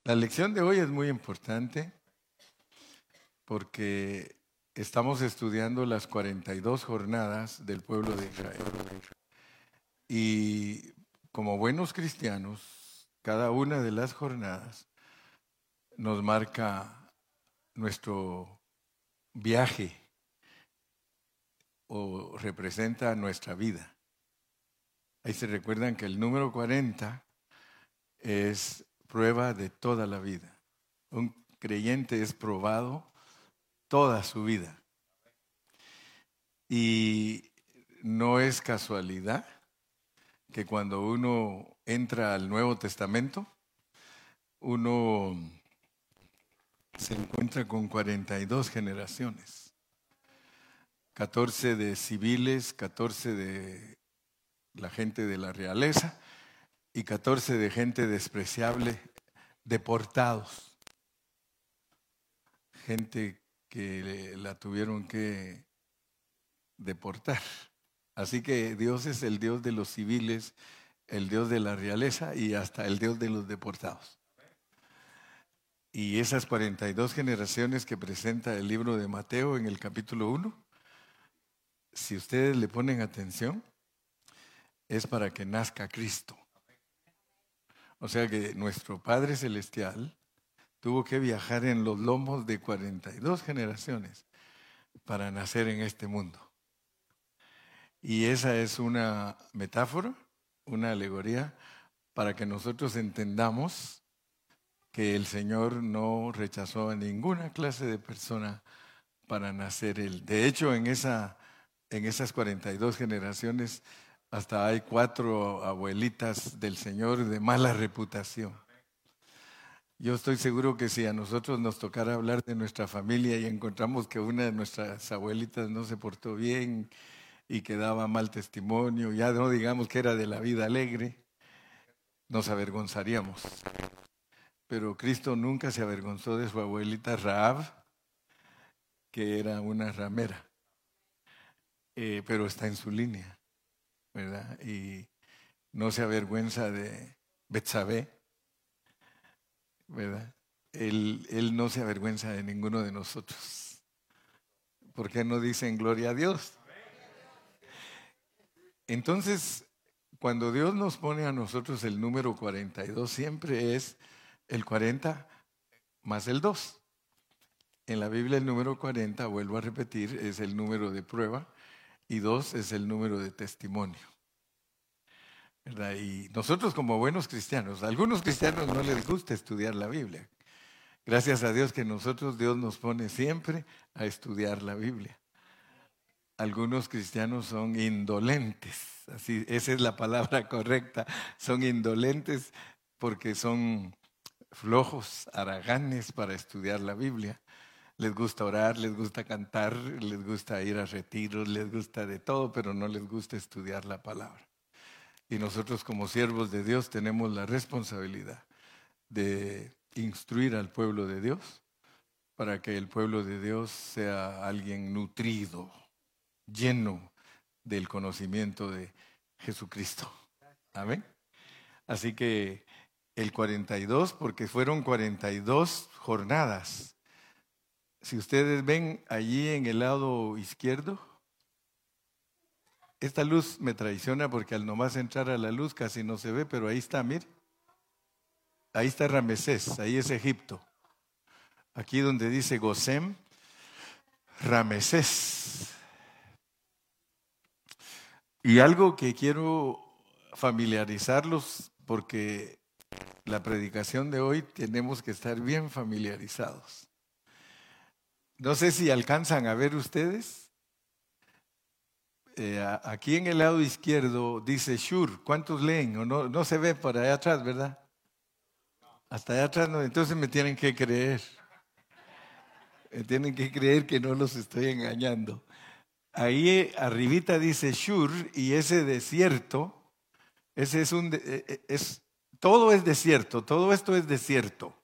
La lección de hoy es muy importante porque estamos estudiando las 42 jornadas del pueblo de Israel. Y como buenos cristianos, cada una de las jornadas nos marca nuestro viaje o representa nuestra vida. Ahí se recuerdan que el número 40 es prueba de toda la vida. Un creyente es probado toda su vida. Y no es casualidad que cuando uno entra al Nuevo Testamento, uno se encuentra con 42 generaciones. 14 de civiles, 14 de la gente de la realeza y 14 de gente despreciable, deportados. Gente que la tuvieron que deportar. Así que Dios es el Dios de los civiles, el Dios de la realeza y hasta el Dios de los deportados. Y esas 42 generaciones que presenta el libro de Mateo en el capítulo 1, si ustedes le ponen atención, es para que nazca Cristo. O sea que nuestro Padre Celestial tuvo que viajar en los lomos de 42 generaciones para nacer en este mundo. Y esa es una metáfora, una alegoría, para que nosotros entendamos que el Señor no rechazó a ninguna clase de persona para nacer Él. De hecho, en esas 42 generaciones, hasta hay 4 abuelitas del Señor de mala reputación. Yo estoy seguro que si a nosotros nos tocara hablar de nuestra familia y encontramos que una de nuestras abuelitas no se portó bien y que daba mal testimonio, ya no digamos que era de la vida alegre, nos avergonzaríamos. Pero Cristo nunca se avergonzó de su abuelita Rahab, que era una ramera, pero está en su línea, ¿verdad? Y no se avergüenza de Betsabé, ¿verdad? Él no se avergüenza de ninguno de nosotros. ¿Por qué no dicen gloria a Dios? Entonces, cuando Dios nos pone a nosotros el número 42, siempre es el 40 más el 2. En la Biblia el número 40, vuelvo a repetir, es el número de prueba y 2 es el número de testimonio, ¿verdad? Y nosotros como buenos cristianos, a algunos cristianos no les gusta estudiar la Biblia. Gracias a Dios que Dios nos pone siempre a estudiar la Biblia. Algunos cristianos son indolentes, así, esa es la palabra correcta, son indolentes porque son flojos, haraganes para estudiar la Biblia. Les gusta orar, les gusta cantar, les gusta ir a retiros, les gusta de todo, pero no les gusta estudiar la palabra. Y nosotros como siervos de Dios tenemos la responsabilidad de instruir al pueblo de Dios para que el pueblo de Dios sea alguien nutrido, lleno del conocimiento de Jesucristo. Amén. Así que el 42, porque fueron 42 jornadas. Si ustedes ven allí en el lado izquierdo, esta luz me traiciona porque al nomás entrar a la luz casi no se ve, pero ahí está, mire. Ahí está Ramesés, ahí es Egipto. Aquí donde dice Gosén, Ramesés. Y algo que quiero familiarizarlos, porque la predicación de hoy tenemos que estar bien familiarizados. No sé si alcanzan a ver ustedes. Aquí en el lado izquierdo dice Shur. ¿Cuántos leen? ¿O no se ve por allá atrás, verdad? Hasta allá atrás no. Entonces me tienen que creer. Me tienen que creer que no los estoy engañando. Ahí arribita dice Shur y ese desierto, ese todo es desierto, todo esto es desierto.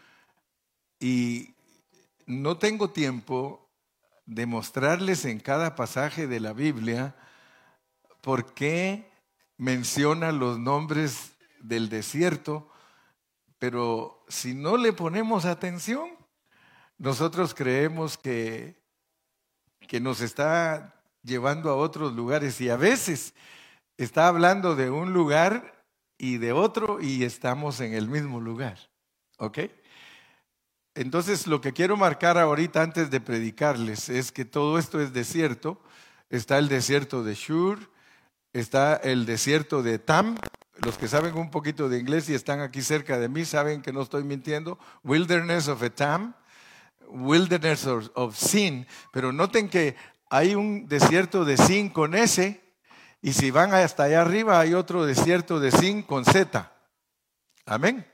Y no tengo tiempo de mostrarles en cada pasaje de la Biblia por qué menciona los nombres del desierto, pero si no le ponemos atención, nosotros creemos que nos está llevando a otros lugares y a veces está hablando de un lugar y de otro y estamos en el mismo lugar. ¿Ok? Entonces, lo que quiero marcar ahorita antes de predicarles es que todo esto es desierto. Está el desierto de Shur, está el desierto de Etam. Los que saben un poquito de inglés y están aquí cerca de mí saben que no estoy mintiendo. Wilderness of Etam, Wilderness of Sin. Pero noten que hay un desierto de Sin con S y si van hasta allá arriba hay otro desierto de Sin con Z. Amén.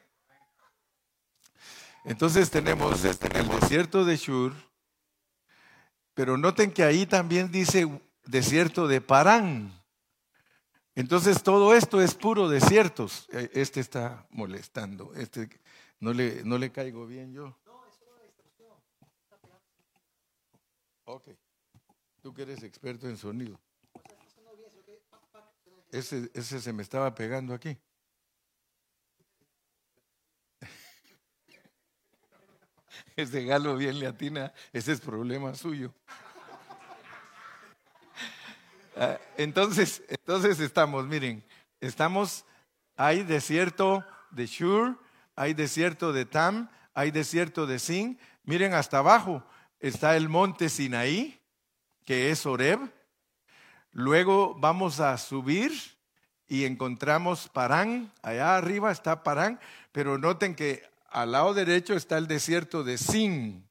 Entonces tenemos el desierto de Shur, pero noten que ahí también dice desierto de Parán. Entonces todo esto es puro desiertos. Este está molestando, no le caigo bien yo. Ok, tú que eres experto en sonido. Ese se me estaba pegando aquí. Ese galo bien le atina, ese es problema suyo. Entonces estamos, miren, hay desierto de Shur, hay desierto de Tam, hay desierto de Sin. Miren, hasta abajo está el monte Sinaí, que es Horeb. Luego vamos a subir y encontramos Parán, allá arriba está Parán, pero noten que al lado derecho está el desierto de Sin.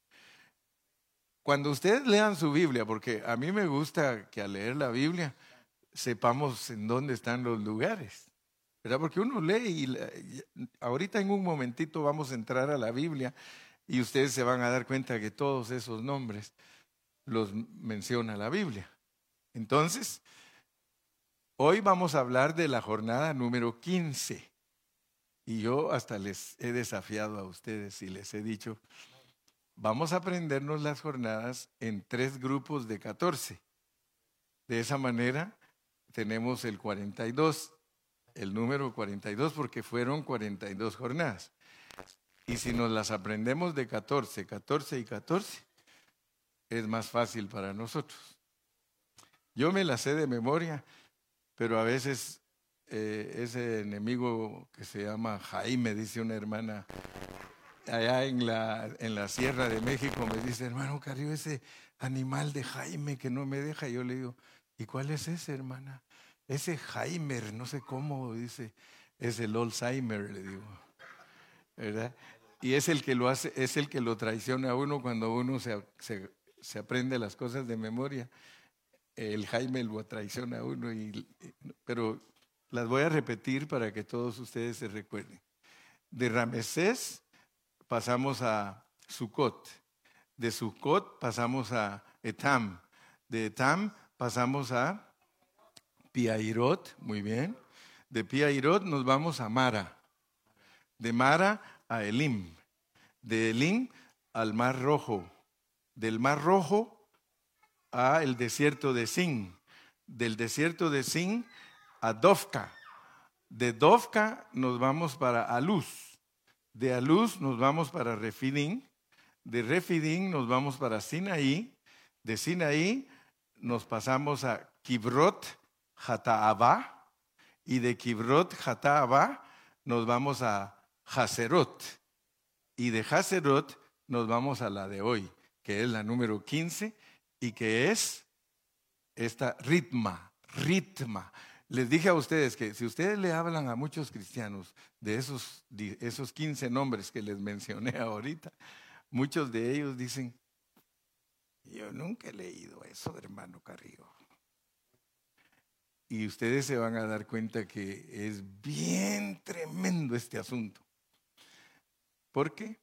Cuando ustedes lean su Biblia, porque a mí me gusta que al leer la Biblia sepamos en dónde están los lugares, ¿verdad? Porque uno lee y ahorita en un momentito vamos a entrar a la Biblia y ustedes se van a dar cuenta que todos esos nombres los menciona la Biblia. Entonces, hoy vamos a hablar de la jornada número 15 y yo hasta les he desafiado a ustedes y les he dicho, vamos a aprendernos las jornadas en 3 grupos de 14. De esa manera tenemos el 42, el número 42 porque fueron 42 jornadas. Y si nos las aprendemos de 14, 14 y 14, es más fácil para nosotros. Yo me las sé de memoria, pero a veces ese enemigo que se llama Jaime, dice una hermana, allá en la Sierra de México, me dice, hermano Carrillo, ese animal de Jaime que no me deja. Yo le digo, ¿y cuál es ese, hermana? Ese Jaimer, no sé cómo, dice, es el Alzheimer, le digo, ¿verdad? Y es el que lo hace, es el que lo traiciona a uno cuando uno se aprende las cosas de memoria. El Jaime lo traiciona a uno, pero las voy a repetir para que todos ustedes se recuerden. De Ramesés pasamos a Sucot, de Sucot pasamos a Etam, de Etam pasamos a Piairot, muy bien, de Piairot nos vamos a Mara, de Mara a Elim, de Elim al Mar Rojo, del Mar Rojo a el desierto de Sin, del desierto de Sin a Dofca, de Dofca nos vamos para Aluz, de Aluz nos vamos para Refidim, de Refidim nos vamos para Sinaí, de Sinaí nos pasamos a Kibrot Hataabá y de Kibrot Hataabá nos vamos a Haserot y de Haserot nos vamos a la de hoy, que es la número 15 y que es esta Ritma. Les dije a ustedes que si ustedes le hablan a muchos cristianos de esos 15 nombres que les mencioné ahorita, muchos de ellos dicen, yo nunca he leído eso, hermano Carrillo. Y ustedes se van a dar cuenta que es bien tremendo este asunto. ¿Por qué?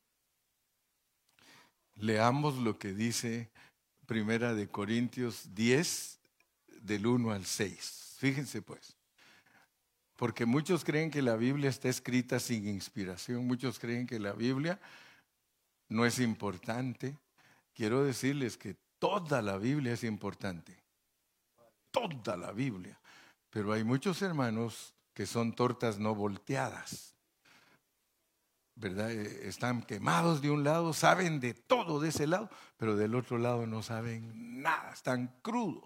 Leamos lo que dice Primera de Corintios 10, del 1 al 6. Fíjense pues. Porque muchos creen que la Biblia está escrita sin inspiración. Muchos creen que la Biblia no es importante. Quiero decirles que toda la Biblia es importante. Toda la Biblia. Pero hay muchos hermanos que son tortas no volteadas. ¿verdad? Están quemados de un lado, saben de todo de ese lado, pero del otro lado no saben nada, están crudos.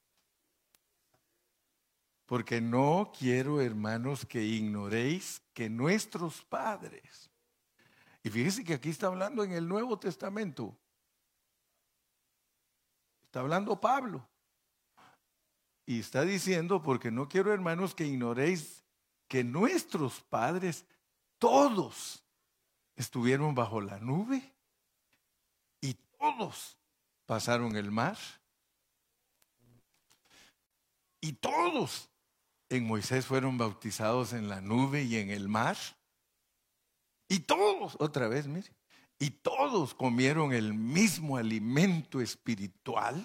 Porque no quiero, hermanos, que ignoréis que nuestros padres, y fíjese que aquí está hablando en el Nuevo Testamento, está hablando Pablo, y está diciendo, porque no quiero, hermanos, que ignoréis que nuestros padres todos estuvieron bajo la nube y todos pasaron el mar y todos en Moisés fueron bautizados en la nube y en el mar. Y todos, otra vez, mire, y todos comieron el mismo alimento espiritual.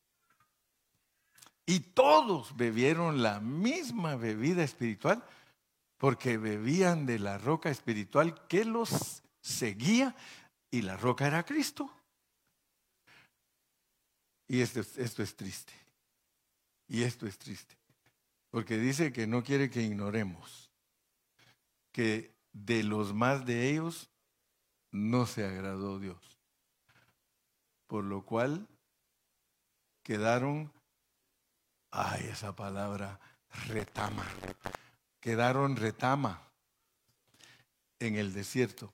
Y todos bebieron la misma bebida espiritual porque bebían de la roca espiritual que los seguía, y la roca era Cristo. Y esto es triste. Y esto es triste. Porque dice que no quiere que ignoremos que de los más de ellos no se agradó Dios. Por lo cual quedaron, esa palabra, retama. Quedaron retama en el desierto.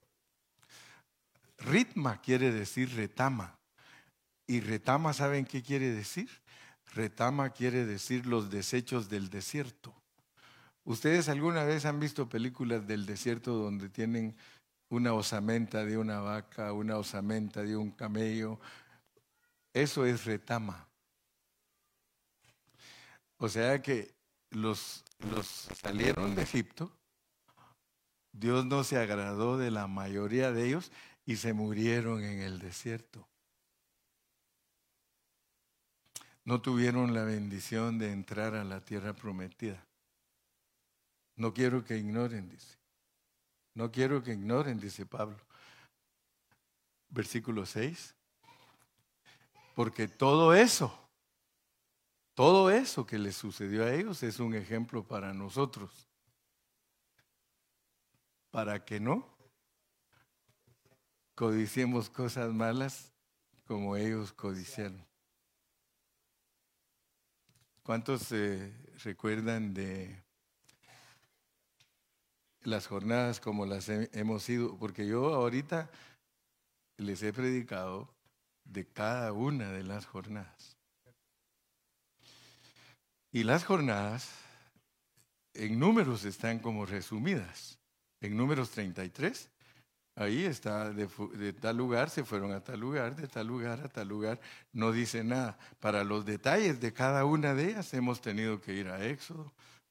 Ritma quiere decir retama. Y retama, ¿saben qué quiere decir? Retama quiere decir los desechos del desierto. ¿Ustedes alguna vez han visto películas del desierto donde tienen una osamenta de una vaca, una osamenta de un camello? Eso es retama. O sea que los salieron de Egipto, Dios no se agradó de la mayoría de ellos y se murieron en el desierto. No tuvieron la bendición de entrar a la tierra prometida. No quiero que ignoren, dice. No quiero que ignoren, dice Pablo. Versículo 6. Porque todo eso que les sucedió a ellos es un ejemplo para nosotros. Para que no codiciemos cosas malas como ellos codiciaron. ¿Cuántos se recuerdan de las jornadas como las hemos ido? Porque yo ahorita les he predicado de cada una de las jornadas. Y las jornadas en números están como resumidas. En números 33, ahí está, de tal lugar se fueron a tal lugar, de tal lugar a tal lugar. No dice nada. Para los detalles de cada una de ellas hemos tenido que ir a Éxodo,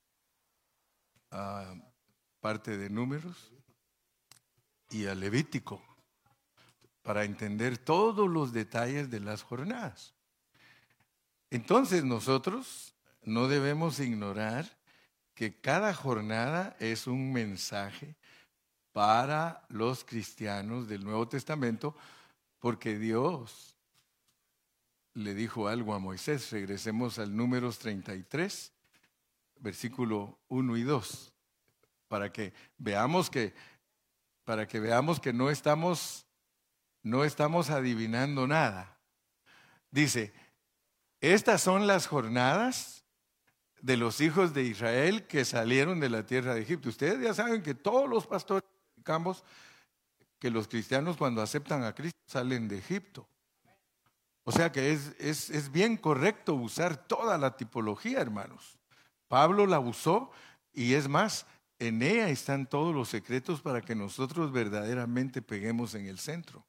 a parte de Números y a Levítico, para entender todos los detalles de las jornadas. Entonces nosotros no debemos ignorar que cada jornada es un mensaje para los cristianos del Nuevo Testamento, porque Dios le dijo algo a Moisés. Regresemos al Números 33, versículo 1 y 2, para que veamos que no estamos adivinando nada. Dice: estas son las jornadas de los hijos de Israel que salieron de la tierra de Egipto. Ustedes ya saben que todos los pastores predicamos que los cristianos, cuando aceptan a Cristo, salen de Egipto. O sea que es bien correcto usar toda la tipología, hermanos. Pablo la usó, y es más, en ella están todos los secretos para que nosotros verdaderamente peguemos en el centro.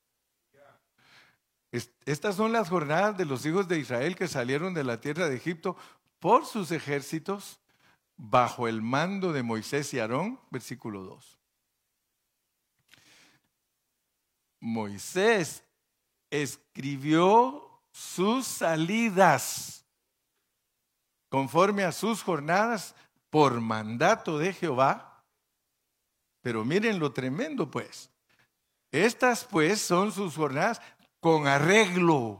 Estas son las jornadas de los hijos de Israel que salieron de la tierra de Egipto por sus ejércitos, bajo el mando de Moisés y Aarón. Versículo 2. Moisés escribió sus salidas conforme a sus jornadas por mandato de Jehová. Pero miren lo tremendo, pues. Estas pues son sus jornadas con arreglo.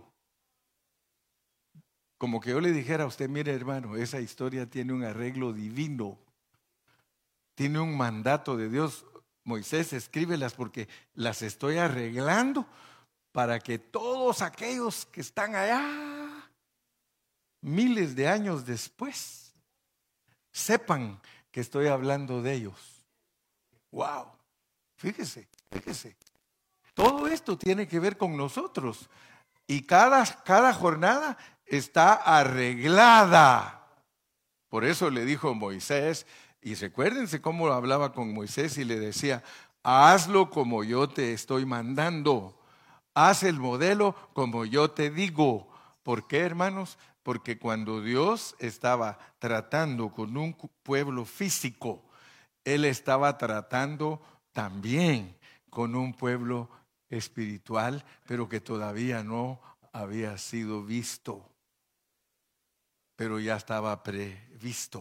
Como que yo le dijera a usted: mire, hermano, esa historia tiene un arreglo divino, tiene un mandato de Dios. Moisés, escríbelas porque las estoy arreglando para que todos aquellos que están allá, miles de años después, sepan que estoy hablando de ellos. ¡Wow! Fíjese. Todo esto tiene que ver con nosotros. Y cada jornada está arreglada. Por eso le dijo Moisés, y recuérdense cómo hablaba con Moisés y le decía, hazlo como yo te estoy mandando. Haz el modelo como yo te digo. ¿Por qué, hermanos? Porque cuando Dios estaba tratando con un pueblo físico, Él estaba tratando también con un pueblo espiritual, pero que todavía no había sido visto, pero ya estaba previsto.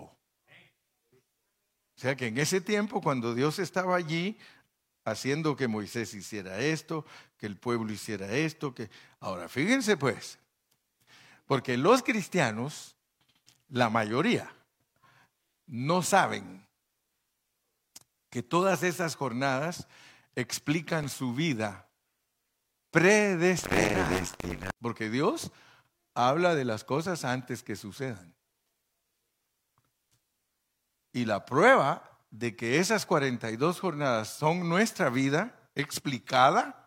O sea que en ese tiempo, cuando Dios estaba allí, haciendo que Moisés hiciera esto, que el pueblo hiciera esto, que... Ahora, fíjense pues, porque los cristianos, la mayoría, no saben que todas esas jornadas explican su vida predestinada. Porque Dios habla de las cosas antes que sucedan. Y la prueba de que esas 42 jornadas son nuestra vida explicada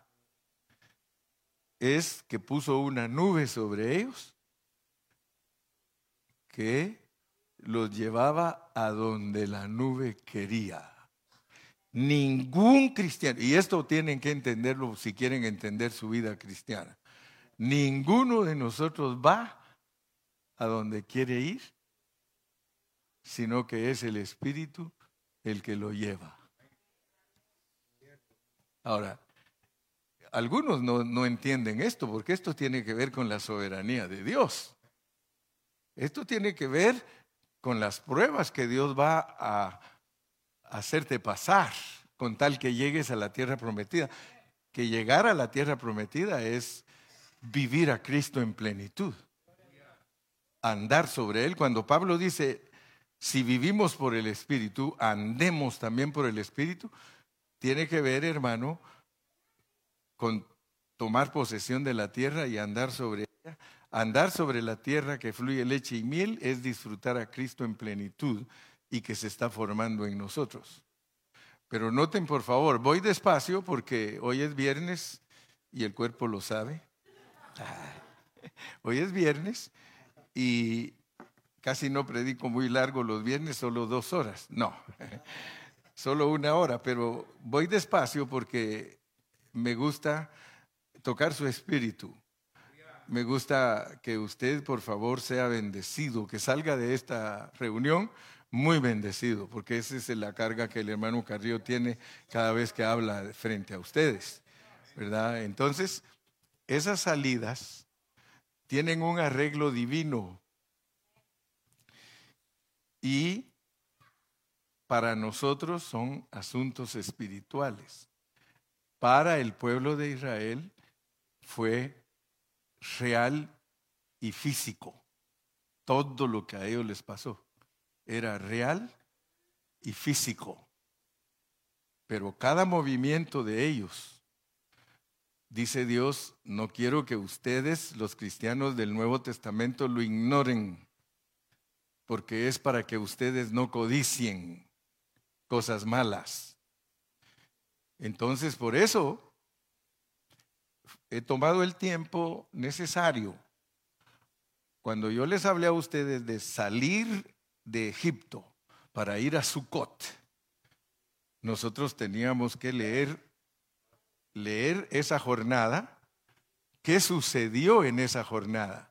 es que puso una nube sobre ellos que los llevaba a donde la nube quería. Ningún cristiano, y esto tienen que entenderlo si quieren entender su vida cristiana, ninguno de nosotros va a donde quiere ir, sino que es el Espíritu el que lo lleva. Ahora, algunos no entienden esto, porque esto tiene que ver con la soberanía de Dios. Esto tiene que ver con las pruebas que Dios va a hacerte pasar con tal que llegues a la tierra prometida. Que llegar a la tierra prometida es vivir a Cristo en plenitud, andar sobre Él. Cuando Pablo dice, si vivimos por el Espíritu, andemos también por el Espíritu, tiene que ver, hermano, con tomar posesión de la tierra y andar sobre ella. Andar sobre la tierra que fluye leche y miel es disfrutar a Cristo en plenitud y que se está formando en nosotros. Pero noten, por favor, voy despacio porque hoy es viernes y el cuerpo lo sabe. Hoy es viernes y casi no predico muy largo los viernes, solo 2 horas. No, solo 1 hora, pero voy despacio porque me gusta tocar su espíritu. Me gusta que usted, por favor, sea bendecido, que salga de esta reunión muy bendecido, porque esa es la carga que el hermano Carrillo tiene cada vez que habla frente a ustedes, ¿verdad? Entonces, esas salidas tienen un arreglo divino y para nosotros son asuntos espirituales. Para el pueblo de Israel fue real y físico. Todo lo que a ellos les pasó era real y físico. Pero cada movimiento de ellos, dice Dios, no quiero que ustedes, los cristianos del Nuevo Testamento, lo ignoren, porque es para que ustedes no codicien cosas malas. Entonces, por eso he tomado el tiempo necesario. Cuando yo les hablé a ustedes de salir de Egipto para ir a Sucot, nosotros teníamos que leer esa jornada, qué sucedió en esa jornada.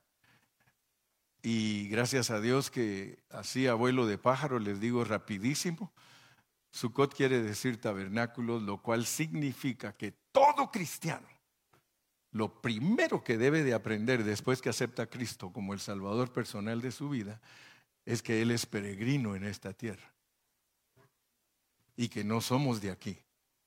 Y gracias a Dios que así a vuelo de pájaro les digo rapidísimo, Sucot quiere decir tabernáculos, lo cual significa que todo cristiano, lo primero que debe de aprender después que acepta a Cristo como el Salvador personal de su vida, es que Él es peregrino en esta tierra y que no somos de aquí.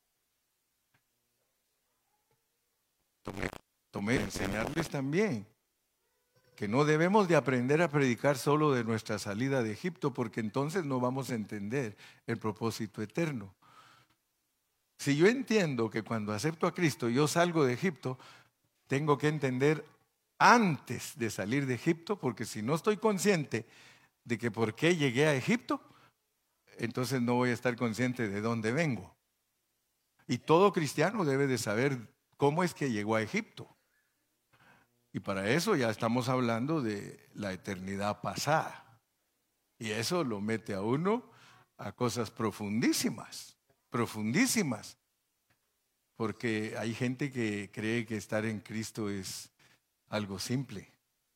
Tomé enseñarles también que no debemos de aprender a predicar solo de nuestra salida de Egipto, porque entonces no vamos a entender el propósito eterno. Si yo entiendo que cuando acepto a Cristo yo salgo de Egipto, tengo que entender antes de salir de Egipto, porque si no estoy consciente de que por qué llegué a Egipto, entonces no voy a estar consciente de dónde vengo. Y todo cristiano debe de saber cómo es que llegó a Egipto. Y para eso ya estamos hablando de la eternidad pasada. Y eso lo mete a uno a cosas profundísimas, profundísimas. Porque hay gente que cree que estar en Cristo es algo simple.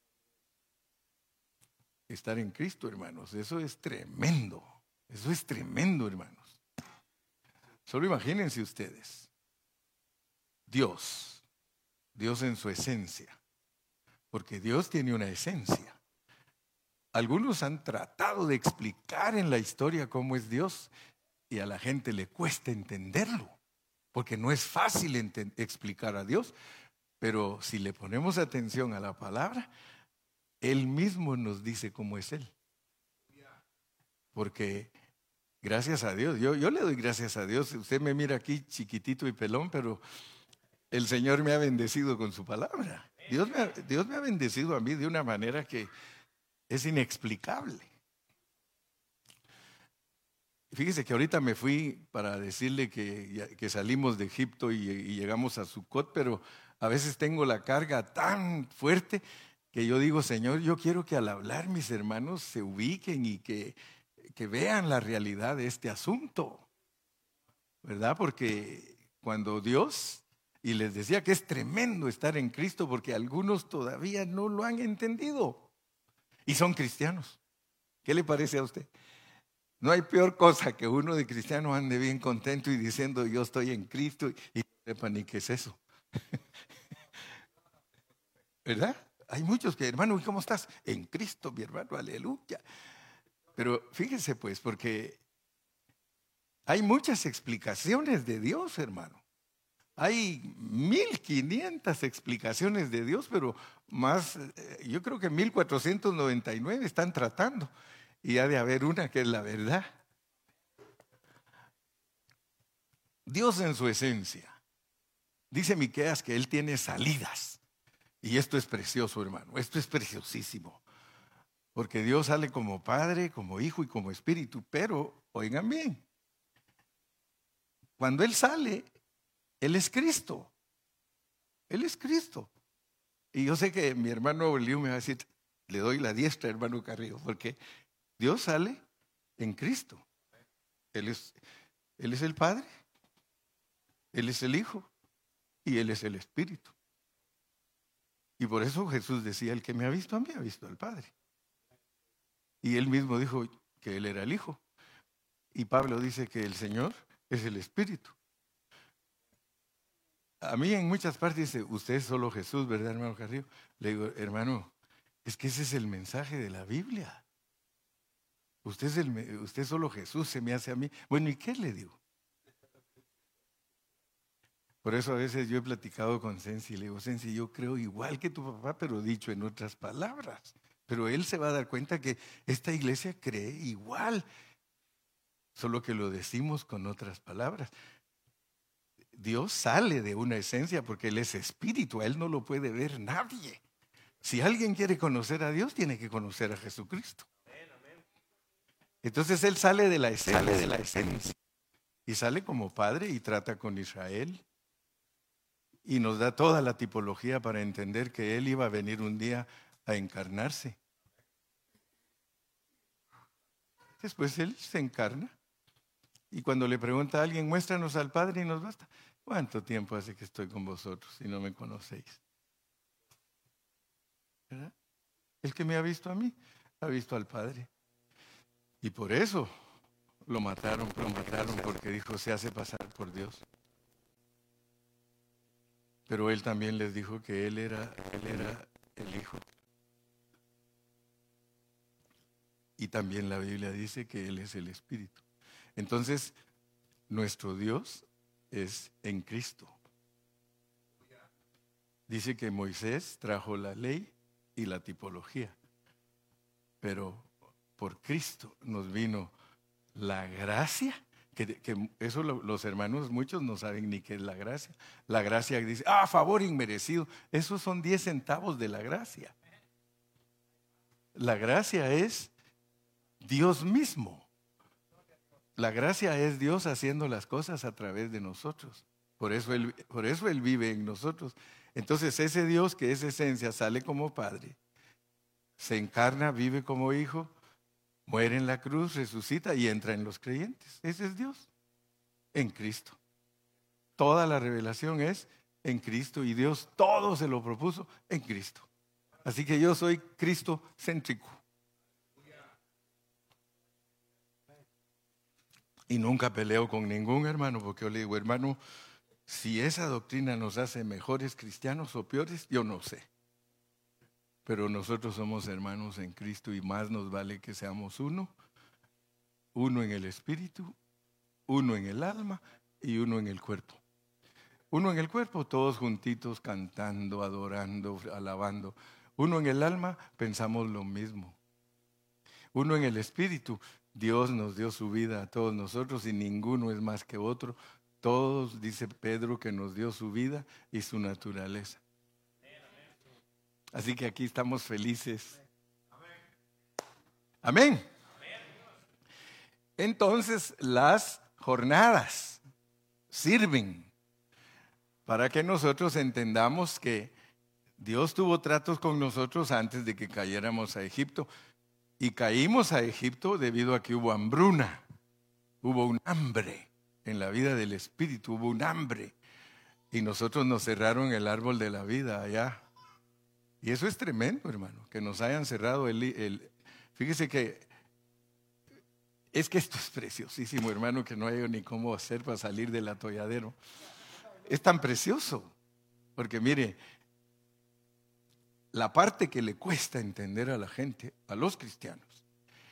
Estar en Cristo, hermanos, eso es tremendo. Eso es tremendo, hermanos. Solo imagínense ustedes. Dios en su esencia. Porque Dios tiene una esencia. Algunos han tratado de explicar en la historia cómo es Dios y a la gente le cuesta entenderlo, porque no es fácil explicar a Dios, pero si le ponemos atención a la palabra, Él mismo nos dice cómo es Él. Porque gracias a Dios, yo le doy gracias a Dios. Usted me mira aquí chiquitito y pelón, pero el Señor me ha bendecido con su palabra. Dios me ha bendecido a mí de una manera que es inexplicable. Fíjese que ahorita me fui para decirle que salimos de Egipto y llegamos a Sucot, pero a veces tengo la carga tan fuerte que yo digo, Señor, yo quiero que al hablar mis hermanos se ubiquen y que vean la realidad de este asunto, ¿verdad? Porque cuando Dios, y les decía que es tremendo estar en Cristo porque algunos todavía no lo han entendido y son cristianos. ¿Qué le parece a usted? No hay peor cosa que uno de cristiano ande bien contento y diciendo yo estoy en Cristo y no sepa ni qué es eso. ¿Verdad? Hay muchos que, hermano, ¿y cómo estás? En Cristo, mi hermano, aleluya. Pero fíjese pues, porque hay muchas explicaciones de Dios, hermano. Hay 1500 explicaciones de Dios, pero más, yo creo que 1499 están tratando. Y ha de haber una que es la verdad. Dios en su esencia. Dice Miqueas que Él tiene salidas. Y esto es precioso, hermano. Esto es preciosísimo. Porque Dios sale como Padre, como Hijo y como Espíritu. Pero, oigan bien, cuando Él sale, Él es Cristo. Él es Cristo. Y yo sé que mi hermano Eliú me va a decir, le doy la diestra, hermano Carrillo, porque Dios sale en Cristo. Él es el Padre, Él es el Hijo y Él es el Espíritu. Y por eso Jesús decía, el que me ha visto a mí ha visto al Padre. Y Él mismo dijo que Él era el Hijo. Y Pablo dice que el Señor es el Espíritu. A mí en muchas partes dice, usted es solo Jesús, ¿verdad, hermano Carrillo? Le digo, hermano, es que ese es el mensaje de la Biblia. Usted es solo Jesús, se me hace a mí. Bueno, ¿y qué le digo? Por eso a veces yo he platicado con Sensi y le digo, Sensi, yo creo igual que tu papá, pero dicho en otras palabras. Pero él se va a dar cuenta que esta iglesia cree igual, solo que lo decimos con otras palabras. Dios sale de una esencia porque Él es espíritu, a Él no lo puede ver nadie. Si alguien quiere conocer a Dios, tiene que conocer a Jesucristo. Entonces Él sale de la esencia. Y sale como Padre y trata con Israel. Y nos da toda la tipología para entender que Él iba a venir un día a encarnarse. Después Él se encarna. Y cuando le pregunta a alguien, muéstranos al Padre y nos basta. ¿Cuánto tiempo hace que estoy con vosotros y no me conocéis? ¿Verdad? El que me ha visto a mí, ha visto al Padre. Y por eso lo mataron porque dijo, se hace pasar por Dios. Pero Él también les dijo que Él era el Hijo. Y también la Biblia dice que Él es el Espíritu. Entonces, nuestro Dios es en Cristo. Dice que Moisés trajo la ley y la tipología, pero por Cristo nos vino la gracia Que eso los hermanos, muchos no saben ni qué es la gracia. La gracia dice, favor inmerecido. Esos son 10 centavos de la gracia. La gracia es Dios mismo. La gracia es Dios haciendo las cosas a través de nosotros. Por eso Él vive en nosotros. Entonces ese Dios que es esencia sale como Padre, se encarna, vive como Hijo, muere en la cruz, resucita y entra en los creyentes. Ese es Dios, en Cristo. Toda la revelación es en Cristo y Dios todo se lo propuso en Cristo. Así que yo soy Cristo céntrico. Y nunca peleo con ningún hermano, porque yo le digo, hermano, si esa doctrina nos hace mejores cristianos o peores, yo no sé. Pero nosotros somos hermanos en Cristo y más nos vale que seamos uno en el espíritu, uno en el alma y uno en el cuerpo. Uno en el cuerpo, todos juntitos cantando, adorando, alabando. Uno en el alma, pensamos lo mismo. Uno en el espíritu, Dios nos dio su vida a todos nosotros y ninguno es más que otro. Todos, dice Pedro, que nos dio su vida y su naturaleza. Así que aquí estamos felices. Amén. Entonces las jornadas sirven para que nosotros entendamos que Dios tuvo tratos con nosotros antes de que cayéramos a Egipto. Y caímos a Egipto debido a que hubo hambruna. Hubo un hambre en la vida del espíritu, hubo un hambre. Y nosotros nos cerraron el árbol de la vida allá. Y eso es tremendo, hermano, que nos hayan cerrado Fíjese que esto es preciosísimo, hermano, que no hay ni cómo hacer para salir del atolladero. Es tan precioso, porque mire, la parte que le cuesta entender a la gente, a los cristianos,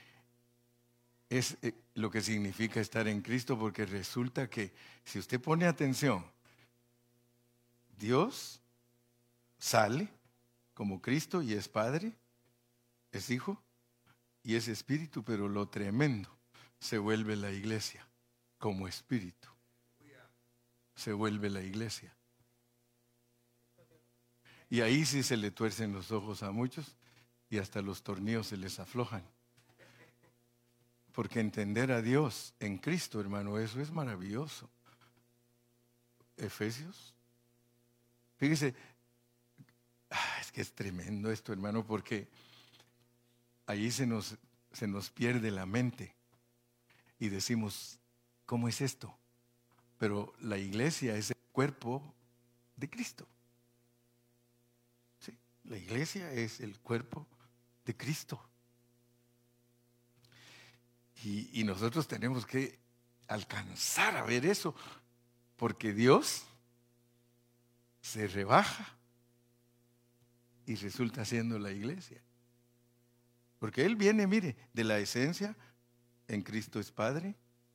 es lo que significa estar en Cristo, porque resulta que si usted pone atención, Dios sale como Cristo y es Padre, es Hijo y es Espíritu, pero lo tremendo, se vuelve la iglesia como Espíritu. Se vuelve la iglesia. Y ahí sí se le tuercen los ojos a muchos y hasta los tornillos se les aflojan. Porque entender a Dios en Cristo, hermano, eso es maravilloso. Efesios. Fíjese, es que es tremendo esto, hermano, porque allí se nos pierde la mente y decimos, ¿cómo es esto? Pero la iglesia es el cuerpo de Cristo. ¿Sí? La iglesia es el cuerpo de Cristo. Y nosotros tenemos que alcanzar a ver eso, porque Dios se rebaja y resulta siendo la iglesia. Porque Él viene, mire, de la esencia, en Cristo es Padre.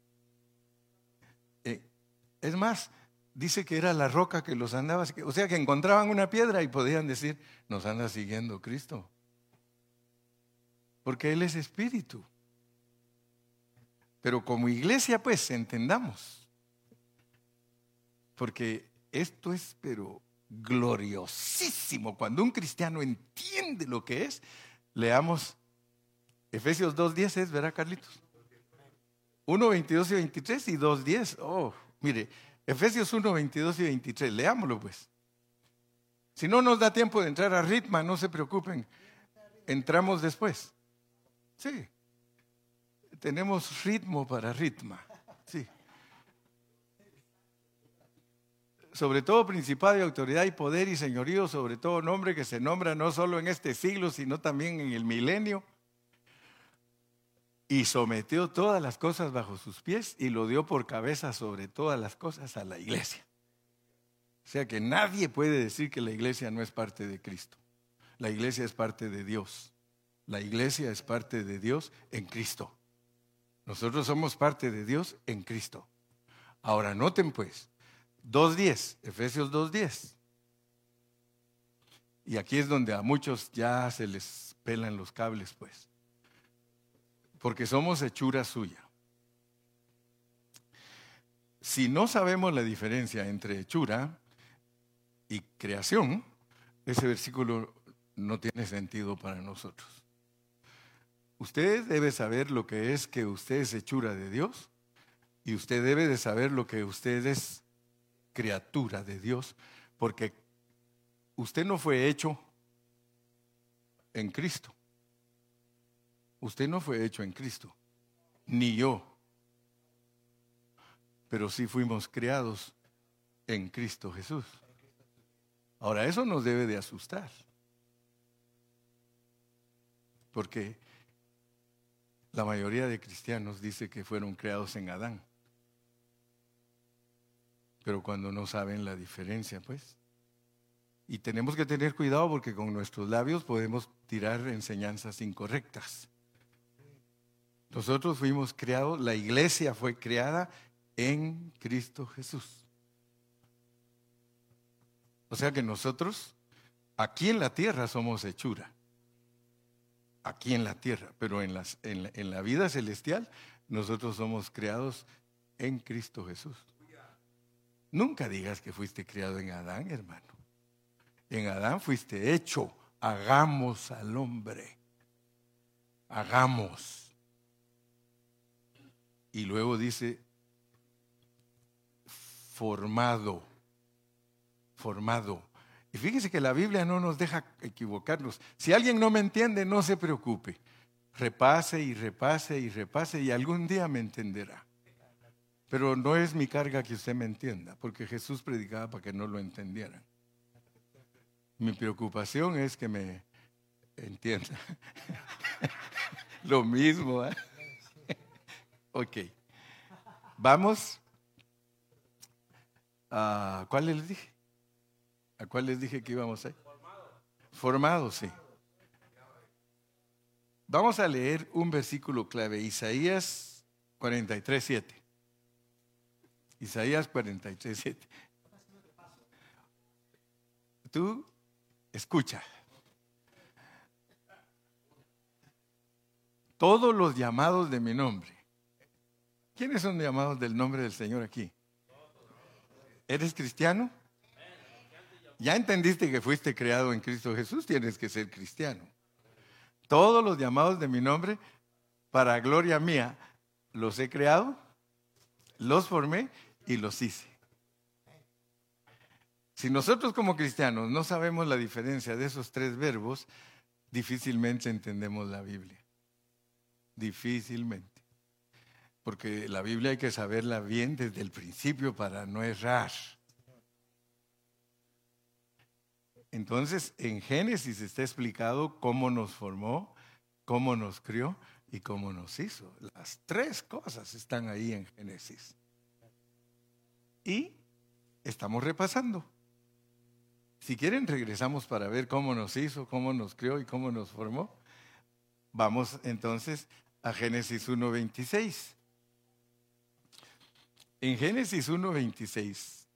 Es más, dice que era la roca que los andaba, o sea que encontraban una piedra y podían decir, nos anda siguiendo Cristo. Porque Él es espíritu. Pero como iglesia, pues, entendamos. Porque esto es, pero gloriosísimo. Cuando un cristiano entiende lo que es, leamos Efesios 2:10, ¿es verdad, Carlitos? 1:22 y 23 y 2:10. Mire, Efesios 1:22 y 23, leámoslo pues. Si no nos da tiempo de entrar a ritmo, no se preocupen, entramos después. Sí, tenemos ritmo para ritmo. Sí. Sobre todo principado y autoridad y poder y señorío, sobre todo nombre que se nombra no solo en este siglo, sino también en el milenio. Y sometió todas las cosas bajo sus pies y lo dio por cabeza sobre todas las cosas a la iglesia. O sea que nadie puede decir que la iglesia no es parte de Cristo. La iglesia es parte de Dios. La iglesia es parte de Dios en Cristo. Nosotros somos parte de Dios en Cristo. Ahora noten pues, 2:10, Efesios 2:10. Y aquí es donde a muchos ya se les pelan los cables pues. Porque somos hechura suya. si no sabemos la diferencia entre hechura y creación, ese versículo no tiene sentido para nosotros. Usted debe saber lo que es que usted es hechura de Dios, y usted debe de saber lo que usted es criatura de Dios, porque usted no fue hecho en Cristo. Usted no fue hecho en Cristo, ni yo, pero sí fuimos creados en Cristo Jesús. Ahora, eso nos debe de asustar, porque la mayoría de cristianos dice que fueron creados en Adán, pero cuando no saben la diferencia, pues. Y tenemos que tener cuidado porque con nuestros labios podemos tirar enseñanzas incorrectas. Nosotros fuimos creados, la iglesia fue creada en Cristo Jesús. O sea que nosotros aquí en la tierra somos hechura. Aquí en la tierra, pero en la vida celestial nosotros somos creados en Cristo Jesús. Nunca digas que fuiste criado en Adán, hermano. En Adán fuiste hecho. Hagamos al hombre. Hagamos. Y luego dice, formado. Y fíjese que la Biblia no nos deja equivocarnos. Si alguien no me entiende, no se preocupe. Repase y repase y repase y algún día me entenderá. Pero no es mi carga que usted me entienda, porque Jesús predicaba para que no lo entendieran. Mi preocupación es que me entienda. Lo mismo, ¿eh? Ok. Vamos a ¿cuál les dije? ¿A cuál les dije que íbamos a ir? Formado, sí. Vamos a leer un versículo clave, Isaías 43:7. Isaías 43:7. Tú escucha. Todos los llamados de mi nombre. ¿Quiénes son llamados del nombre del Señor aquí? ¿Eres cristiano? Ya entendiste que fuiste creado en Cristo Jesús, tienes que ser cristiano. Todos los llamados de mi nombre, para gloria mía, los he creado, los formé y los hice. Si nosotros como cristianos no sabemos la diferencia de esos tres verbos, difícilmente entendemos la Biblia. Difícilmente. Porque la Biblia hay que saberla bien desde el principio para no errar. Entonces, en Génesis está explicado cómo nos formó, cómo nos crió y cómo nos hizo. Las tres cosas están ahí en Génesis. Y estamos repasando. Si quieren, regresamos para ver cómo nos hizo, cómo nos crió y cómo nos formó. Vamos entonces a Génesis 1:26. En Génesis 1:26.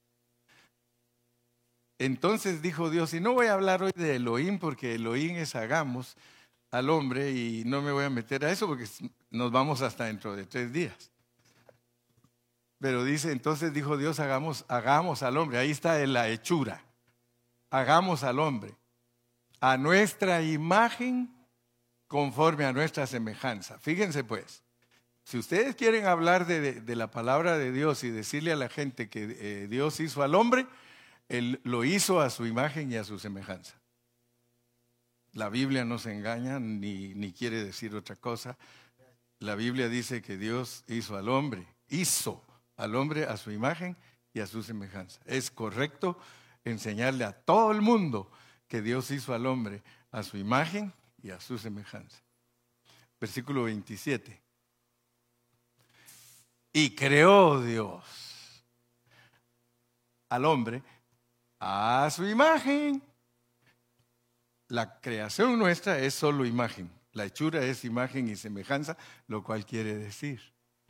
Entonces dijo Dios, y no voy a hablar hoy de Elohim porque Elohim es hagamos al hombre y no me voy a meter a eso porque nos vamos hasta dentro de 3 días. Pero dice, entonces dijo Dios, hagamos al hombre. Ahí está en la hechura. Hagamos al hombre a nuestra imagen conforme a nuestra semejanza. Fíjense pues, si ustedes quieren hablar de la palabra de Dios y decirle a la gente que Dios hizo al hombre, Él lo hizo a su imagen y a su semejanza. La Biblia no se engaña ni quiere decir otra cosa. La Biblia dice que Dios hizo al hombre a su imagen y a su semejanza. Es correcto enseñarle a todo el mundo que Dios hizo al hombre a su imagen y a su semejanza. Versículo 27. Y creó Dios al hombre a su imagen. La creación nuestra es solo imagen. La hechura es imagen y semejanza, lo cual quiere decir.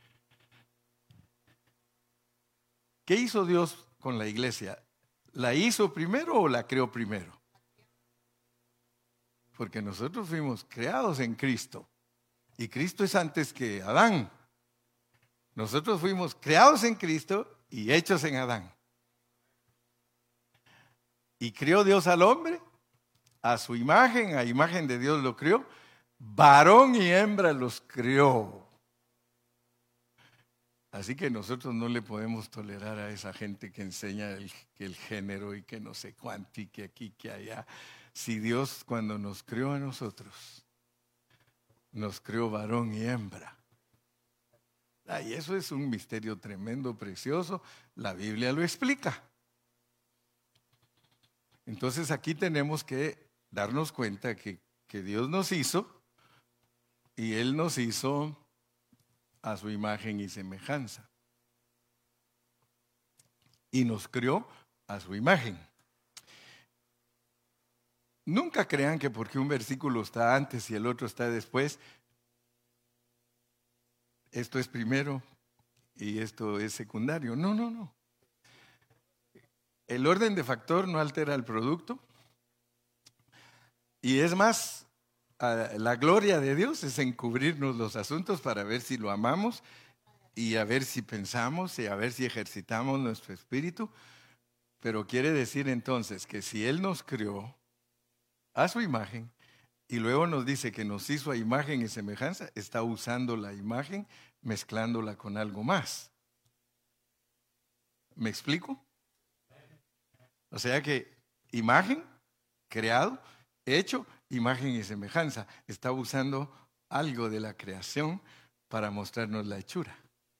¿Qué hizo Dios con la iglesia? ¿La hizo primero o la creó primero? Porque nosotros fuimos creados en Cristo. Y Cristo es antes que Adán. Nosotros fuimos creados en Cristo y hechos en Adán. Y crió Dios al hombre, a su imagen, a imagen de Dios lo crió, varón y hembra los crió. Así que nosotros no le podemos tolerar a esa gente que enseña el género y que no sé cuánto y que aquí, que allá. Si Dios cuando nos crió a nosotros, nos creó varón y hembra. Y eso es un misterio tremendo, precioso. La Biblia lo explica. Entonces aquí tenemos que darnos cuenta que Dios nos hizo y Él nos hizo a su imagen y semejanza. Y nos crió a su imagen. Nunca crean que porque un versículo está antes y el otro está después, esto es primero y esto es secundario. No, no, no. El orden de factor no altera el producto. Y es más, la gloria de Dios es encubrirnos los asuntos para ver si lo amamos y a ver si pensamos y a ver si ejercitamos nuestro espíritu. Pero quiere decir entonces que si Él nos crió a su imagen y luego nos dice que nos hizo a imagen y semejanza, está usando la imagen mezclándola con algo más. ¿Me explico? O sea que imagen, creado, hecho, imagen y semejanza. Está usando algo de la creación para mostrarnos la hechura.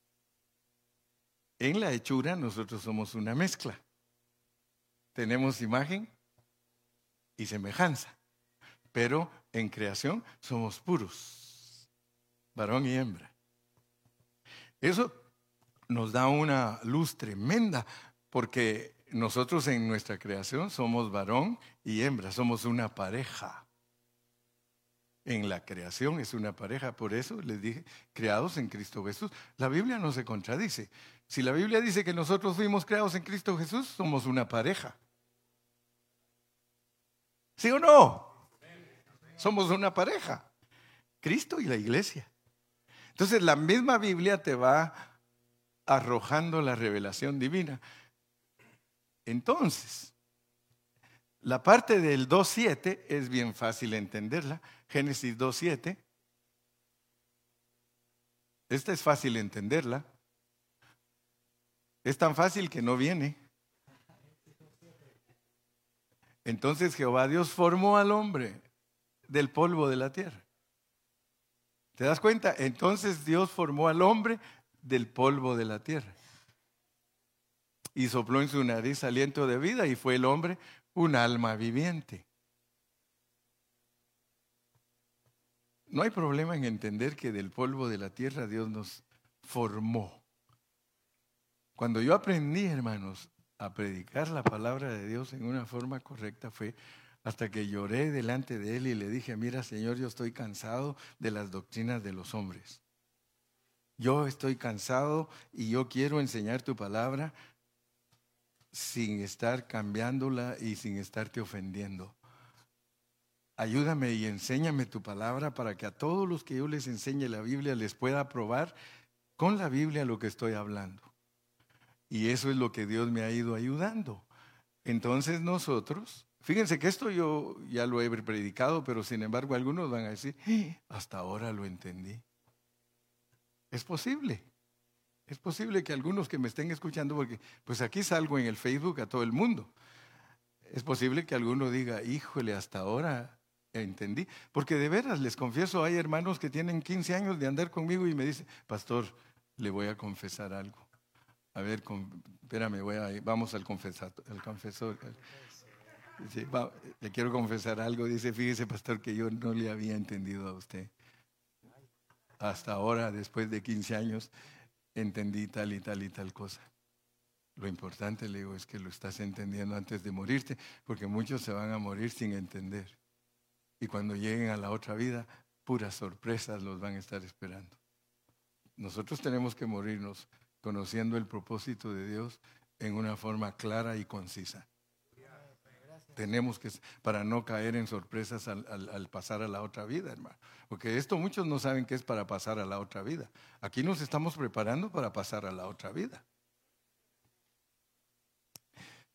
En la hechura nosotros somos una mezcla. Tenemos imagen y semejanza. Pero en creación somos puros, varón y hembra. Eso nos da una luz tremenda porque nosotros en nuestra creación somos varón y hembra, somos una pareja. En la creación es una pareja, por eso les dije, creados en Cristo Jesús. La Biblia no se contradice. Si la Biblia dice que nosotros fuimos creados en Cristo Jesús, somos una pareja. ¿Sí o no? Somos una pareja, Cristo y la iglesia. Entonces la misma Biblia te va arrojando la revelación divina. Entonces, la parte del 2.7 es bien fácil entenderla. Génesis 2.7. Esta es fácil entenderla. Es tan fácil que no viene. Entonces Jehová Dios formó al hombre del polvo de la tierra. ¿Te das cuenta? Entonces Dios formó al hombre del polvo de la tierra. Y sopló en su nariz aliento de vida y fue el hombre un alma viviente. No hay problema en entender que del polvo de la tierra Dios nos formó. Cuando yo aprendí, hermanos, a predicar la palabra de Dios en una forma correcta fue hasta que lloré delante de Él y le dije, mira Señor, yo estoy cansado de las doctrinas de los hombres. Yo estoy cansado y yo quiero enseñar tu palabra sin estar cambiándola y sin estarte ofendiendo. Ayúdame y enséñame tu palabra para que a todos los que yo les enseñe la Biblia les pueda probar con la Biblia lo que estoy hablando. Y eso es lo que Dios me ha ido ayudando. Entonces nosotros, fíjense que esto yo ya lo he predicado, pero sin embargo algunos van a decir, hasta ahora lo entendí. Es posible que algunos que me estén escuchando, porque pues aquí salgo en el Facebook a todo el mundo. Es posible que alguno diga, híjole, hasta ahora entendí. Porque de veras, les confieso, hay hermanos que tienen 15 años de andar conmigo y me dicen, pastor, le voy a confesar algo. A ver, espérame, vamos al confesor. Sí, le quiero confesar algo. Dice, fíjese, pastor, que yo no le había entendido a usted. Hasta ahora, después de 15 años, entendí tal y tal y tal cosa. Lo importante, le digo, es que lo estás entendiendo antes de morirte, porque muchos se van a morir sin entender. Y cuando lleguen a la otra vida, puras sorpresas los van a estar esperando. Nosotros tenemos que morirnos conociendo el propósito de Dios en una forma clara y concisa. Tenemos que, para no caer en sorpresas al pasar a la otra vida, hermano. Porque esto muchos no saben que es para pasar a la otra vida. Aquí nos estamos preparando para pasar a la otra vida.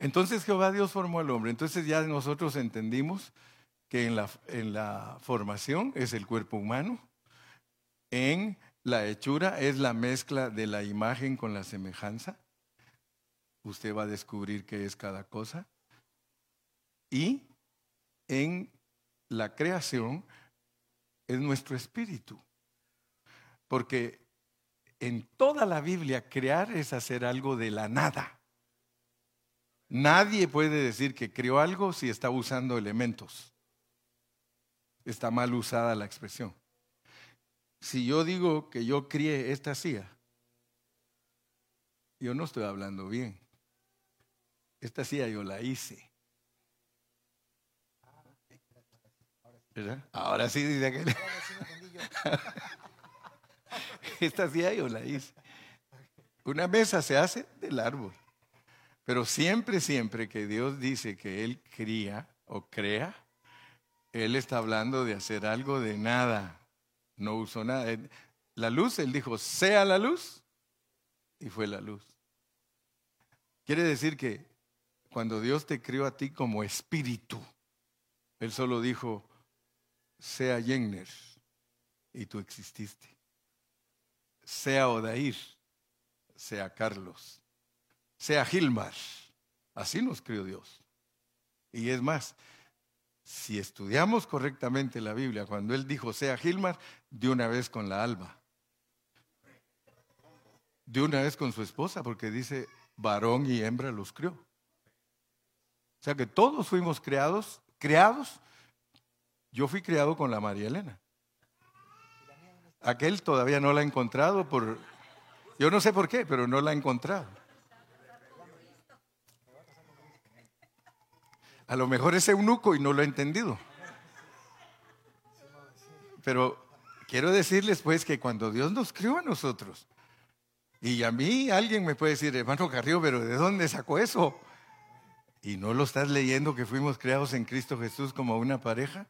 Entonces Jehová Dios formó al hombre. Entonces ya nosotros entendimos que en la formación es el cuerpo humano, en la hechura es la mezcla de la imagen con la semejanza. Usted va a descubrir qué es cada cosa. Y en la creación es nuestro espíritu. Porque en toda la Biblia crear es hacer algo de la nada. Nadie puede decir que creó algo si está usando elementos. Está mal usada la expresión. Si yo digo que yo crié esta silla, yo no estoy hablando bien. Esta silla yo la hice. ¿Verdad? Ahora sí dice aquel. Esta silla yo la hice. Una mesa se hace del árbol. Pero siempre que Dios dice que Él cría o crea, Él está hablando de hacer algo de nada. No usó nada. La luz, Él dijo, sea la luz, y fue la luz. Quiere decir que cuando Dios te crió a ti como espíritu, Él solo dijo, sea Yenner, y tú exististe. Sea Odair, sea Carlos, sea Gilmar. Así nos crió Dios. Y es más, si estudiamos correctamente la Biblia, cuando Él dijo sea Gilmar, de una vez con la Alba. De una vez con su esposa, porque dice varón y hembra los crió. O sea que todos fuimos creados. Yo fui criado con la María Elena. Aquel todavía no la ha encontrado yo no sé por qué, pero no la ha encontrado. A lo mejor es eunuco y no lo ha entendido. Pero quiero decirles pues que cuando Dios nos crió a nosotros, y a mí alguien me puede decir, hermano Carrillo, pero ¿de dónde sacó eso? ¿Y no lo estás leyendo que fuimos creados en Cristo Jesús como una pareja?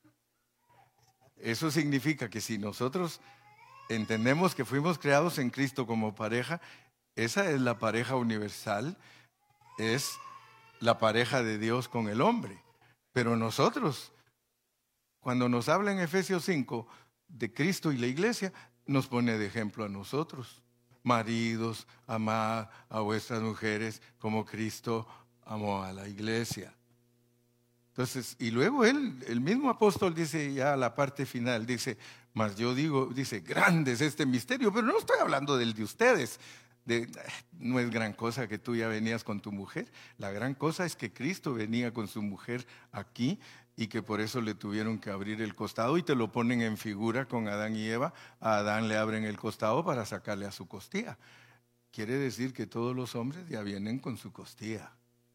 Eso significa que si nosotros entendemos que fuimos creados en Cristo como pareja, esa es la pareja universal, es la pareja de Dios con el hombre. Pero nosotros, cuando nos habla en Efesios 5 de Cristo y la iglesia, nos pone de ejemplo a nosotros. Maridos, amad a vuestras mujeres como Cristo amó a la iglesia. Entonces, y luego el mismo apóstol dice ya a la parte final, dice, mas yo digo, dice, grande es este misterio, pero no estoy hablando del de ustedes. No es gran cosa que tú ya venías con tu mujer. La gran cosa es que Cristo venía con su mujer aquí y que por eso le tuvieron que abrir el costado y te lo ponen en figura con Adán y Eva. A Adán le abren el costado para sacarle a su costilla. Quiere decir que todos los hombres ya vienen con su costilla.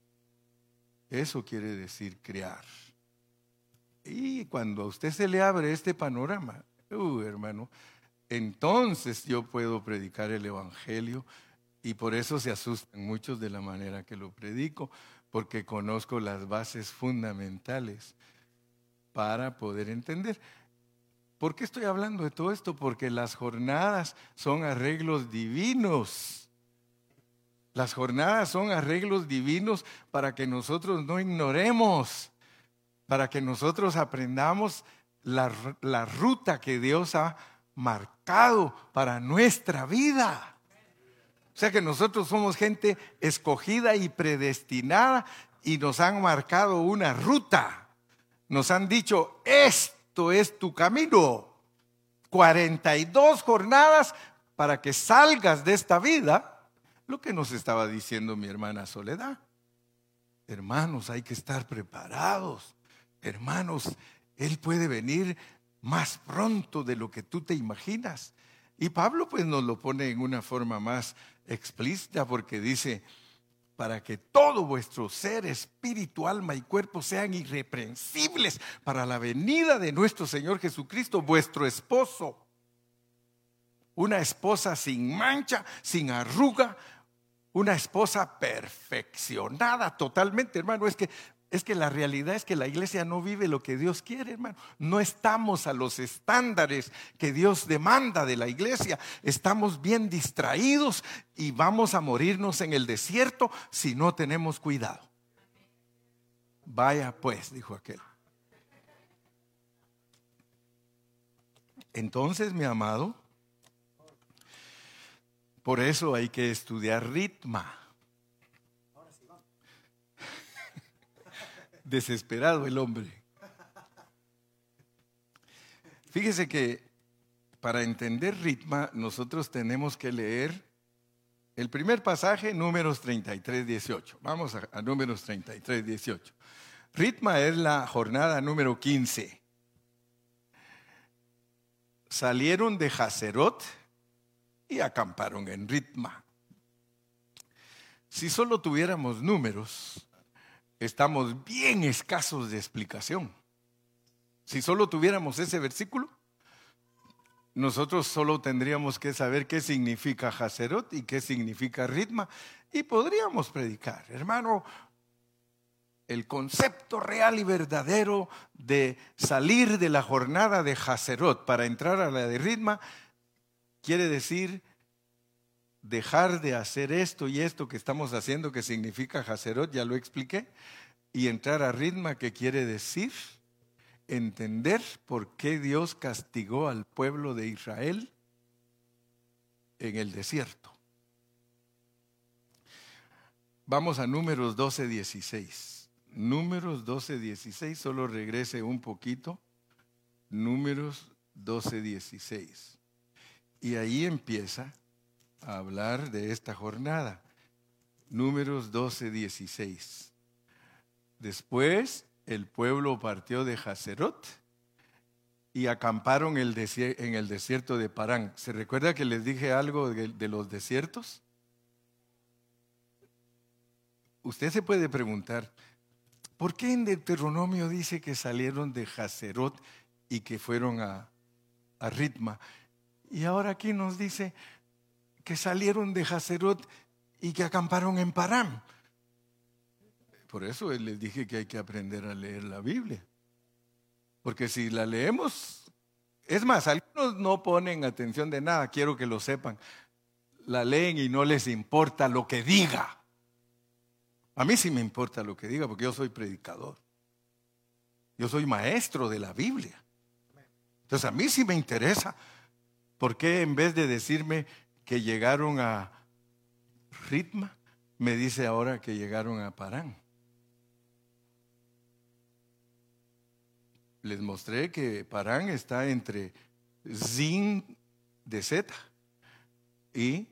Eso quiere decir crear. Y cuando a usted se le abre este panorama, hermano, entonces yo puedo predicar el evangelio y por eso se asustan muchos de la manera que lo predico, porque conozco las bases fundamentales para poder entender. ¿Por qué estoy hablando de todo esto? Porque las jornadas son arreglos divinos. Las jornadas son arreglos divinos para que nosotros no ignoremos, para que nosotros aprendamos la ruta que Dios ha marcado para nuestra vida. O sea que nosotros somos gente escogida y predestinada y nos han marcado una ruta. Nos han dicho, esto es tu camino. 42 jornadas para que salgas de esta vida. Lo que nos estaba diciendo mi hermana Soledad. Hermanos, hay que estar preparados. Hermanos, Él puede venir más pronto de lo que tú te imaginas. Y Pablo pues nos lo pone en una forma más explícita porque dice, para que todo vuestro ser, espíritu, alma y cuerpo sean irreprensibles para la venida de nuestro Señor Jesucristo, vuestro esposo. Una esposa sin mancha, sin arruga, una esposa perfeccionada totalmente, hermano. Es que Es que la realidad es que la iglesia no vive lo que Dios quiere, hermano. No estamos a los estándares que Dios demanda de la iglesia. Estamos bien distraídos y vamos a morirnos en el desierto si no tenemos cuidado. Vaya pues, dijo aquel. Entonces, mi amado, por eso hay que estudiar ritma. Desesperado el hombre. Fíjese que para entender ritma nosotros tenemos que leer el primer pasaje, Números 33, 18. Vamos a Números 33, 18. Ritma es la jornada número 15. Salieron de Hazerot y acamparon en Ritma. Si solo tuviéramos números, estamos bien escasos de explicación. Si solo tuviéramos ese versículo, nosotros solo tendríamos que saber qué significa Hazerot y qué significa Ritma y podríamos predicar. Hermano, el concepto real y verdadero de salir de la jornada de Hazerot para entrar a la de Ritma quiere decir dejar de hacer esto y esto que estamos haciendo, que significa Hazerot, ya lo expliqué, y entrar a Ritma, que quiere decir entender por qué Dios castigó al pueblo de Israel en el desierto. Vamos a Números 12, 16. Números 12, 16, solo regrese un poquito. Números 12, 16. Y ahí empieza a hablar de esta jornada. Números 12, 16. Después el pueblo partió de Hazerot y acamparon en el desierto de Parán. ¿Se recuerda que les dije algo de los desiertos? Usted se puede preguntar, ¿por qué en Deuteronomio dice que salieron de Hazerot y que fueron a Ritma? Y ahora aquí nos dice que salieron de Hazerot y que acamparon en Parán. Por eso les dije que hay que aprender a leer la Biblia. Porque si la leemos, es más, algunos no ponen atención de nada, quiero que lo sepan. La leen y no les importa lo que diga. A mí sí me importa lo que diga porque yo soy predicador. Yo soy maestro de la Biblia. Entonces a mí sí me interesa. ¿Por qué en vez de decirme que llegaron a Ritma, me dice ahora que llegaron a Parán? Les mostré que Parán está entre Zin de Zeta y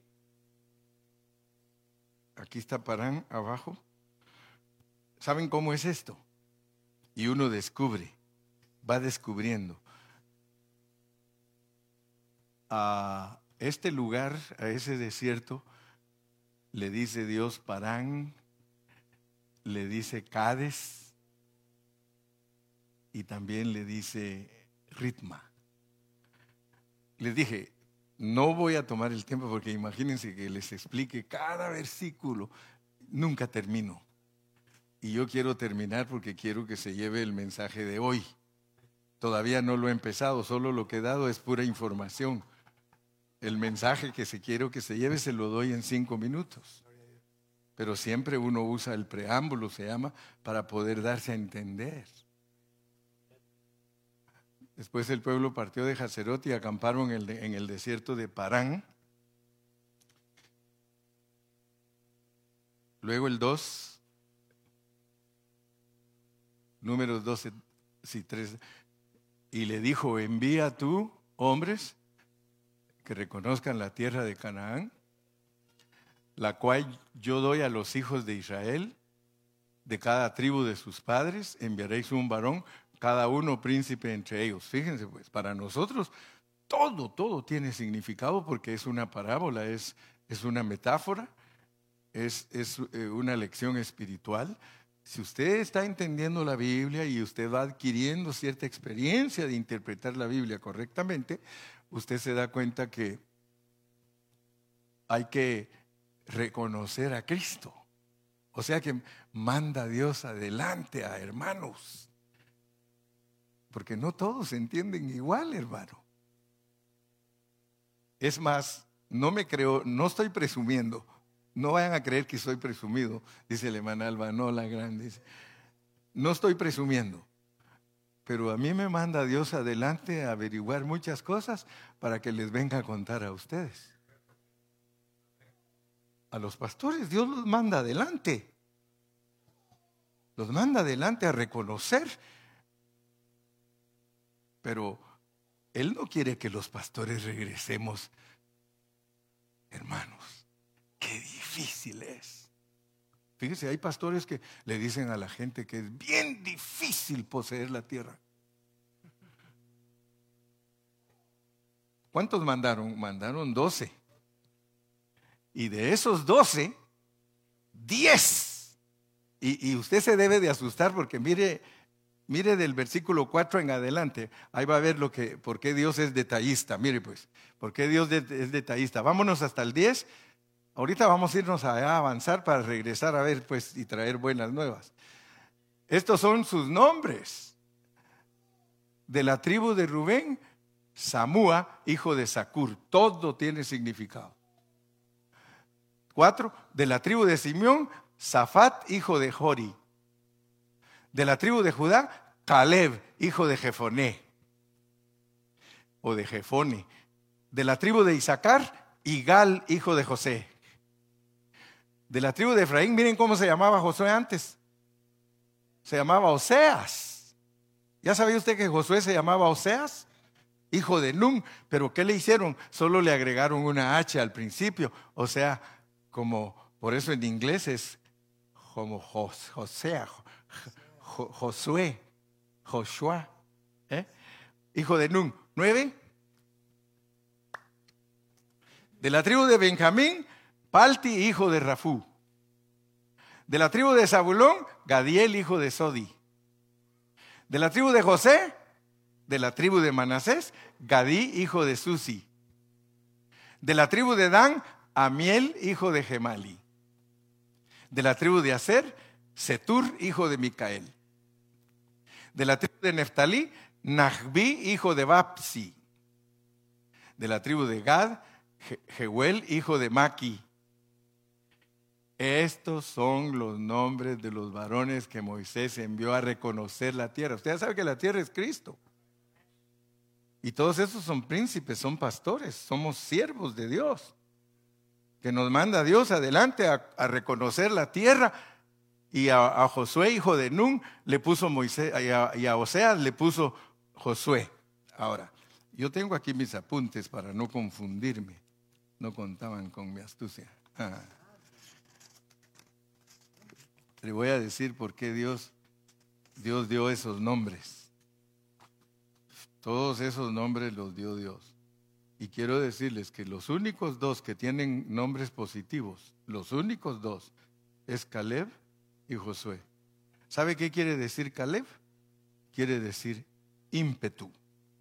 aquí está Parán abajo. ¿Saben cómo es esto? Y uno descubre, va descubriendo. A este lugar, a ese desierto, le dice Dios Parán, le dice Cades y también le dice Ritma. Les dije, no voy a tomar el tiempo porque imagínense que les explique cada versículo, nunca termino. Y yo quiero terminar porque quiero que se lleve el mensaje de hoy. Todavía no lo he empezado, solo lo que he dado es pura información. El mensaje que quiero que se lleve se lo doy en 5 minutos. Pero siempre uno usa el preámbulo, se llama, para poder darse a entender. Después el pueblo partió de Hazerot y acamparon en el desierto de Parán. Luego el 2, Números 12, sí, 3. Y le dijo, envía tú hombres que reconozcan la tierra de Canaán, la cual yo doy a los hijos de Israel, de cada tribu de sus padres, enviaréis un varón, cada uno príncipe entre ellos. Fíjense pues, para nosotros todo tiene significado porque es una parábola, es una metáfora, es una lección espiritual. Si usted está entendiendo la Biblia y usted va adquiriendo cierta experiencia de interpretar la Biblia correctamente, usted se da cuenta que hay que reconocer a Cristo O sea que manda a Dios adelante a hermanos. Porque no todos entienden igual, hermano. Es más, no me creo, no estoy presumiendo. No vayan a creer que soy presumido, dice el hermano Alba, no la grande. No estoy presumiendo. Pero a mí me manda Dios adelante a averiguar muchas cosas para que les venga a contar a ustedes. A los pastores Dios los manda adelante. Los manda adelante a reconocer. Pero Él no quiere que los pastores regresemos. Hermanos, qué difícil es. Fíjese, hay pastores que le dicen a la gente que es bien difícil poseer la tierra. ¿Cuántos mandaron? Mandaron 12. Y de esos 12, 10. Y usted se debe de asustar porque mire del versículo 4 en adelante. Ahí va a ver por qué Dios es detallista. Mire pues, por qué Dios es detallista. Vámonos hasta el 10. Ahorita vamos a irnos a avanzar para regresar a ver pues y traer buenas nuevas. Estos son sus nombres. De la tribu de Rubén, Samúa, hijo de Zacur. Todo tiene significado. 4. De la tribu de Simeón, Zafat, hijo de Jori. De la tribu de Judá, Caleb, hijo de Jefoné. O de Jefone. De la tribu de Isaacar, Igal, hijo de José. De la tribu de Efraín, miren cómo se llamaba Josué antes. Se llamaba Oseas. ¿Ya sabía usted que Josué se llamaba Oseas? Hijo de Nun. ¿Pero qué le hicieron? Solo le agregaron una H al principio. O sea, como, por eso en inglés es como Josué, Joshua, hijo de Nun. 9. De la tribu de Benjamín, Palti, hijo de Rafú. De la tribu de Zabulón, Gadiel, hijo de Sodi. De la tribu de José, de la tribu de Manasés, Gadí, hijo de Susi. De la tribu de Dan, Amiel, hijo de Gemali. De la tribu de Aser, Setur, hijo de Micael. De la tribu de Neftalí, Nahbi, hijo de Bapsi. De la tribu de Gad, Jehuel, hijo de Maki. Estos son los nombres de los varones que Moisés envió a reconocer la tierra. Usted ya sabe que la tierra es Cristo. Y todos esos son príncipes, son pastores, somos siervos de Dios. Que nos manda Dios adelante a reconocer la tierra. Y a Josué, hijo de Nun, le puso Moisés, y a Oseas le puso Josué. Ahora, yo tengo aquí mis apuntes para no confundirme. No contaban con mi astucia. Le voy a decir por qué Dios dio esos nombres. Todos esos nombres los dio Dios. Y quiero decirles que los únicos dos que tienen nombres positivos, los únicos dos, es Caleb y Josué. ¿Sabe qué quiere decir Caleb? Quiere decir ímpetu.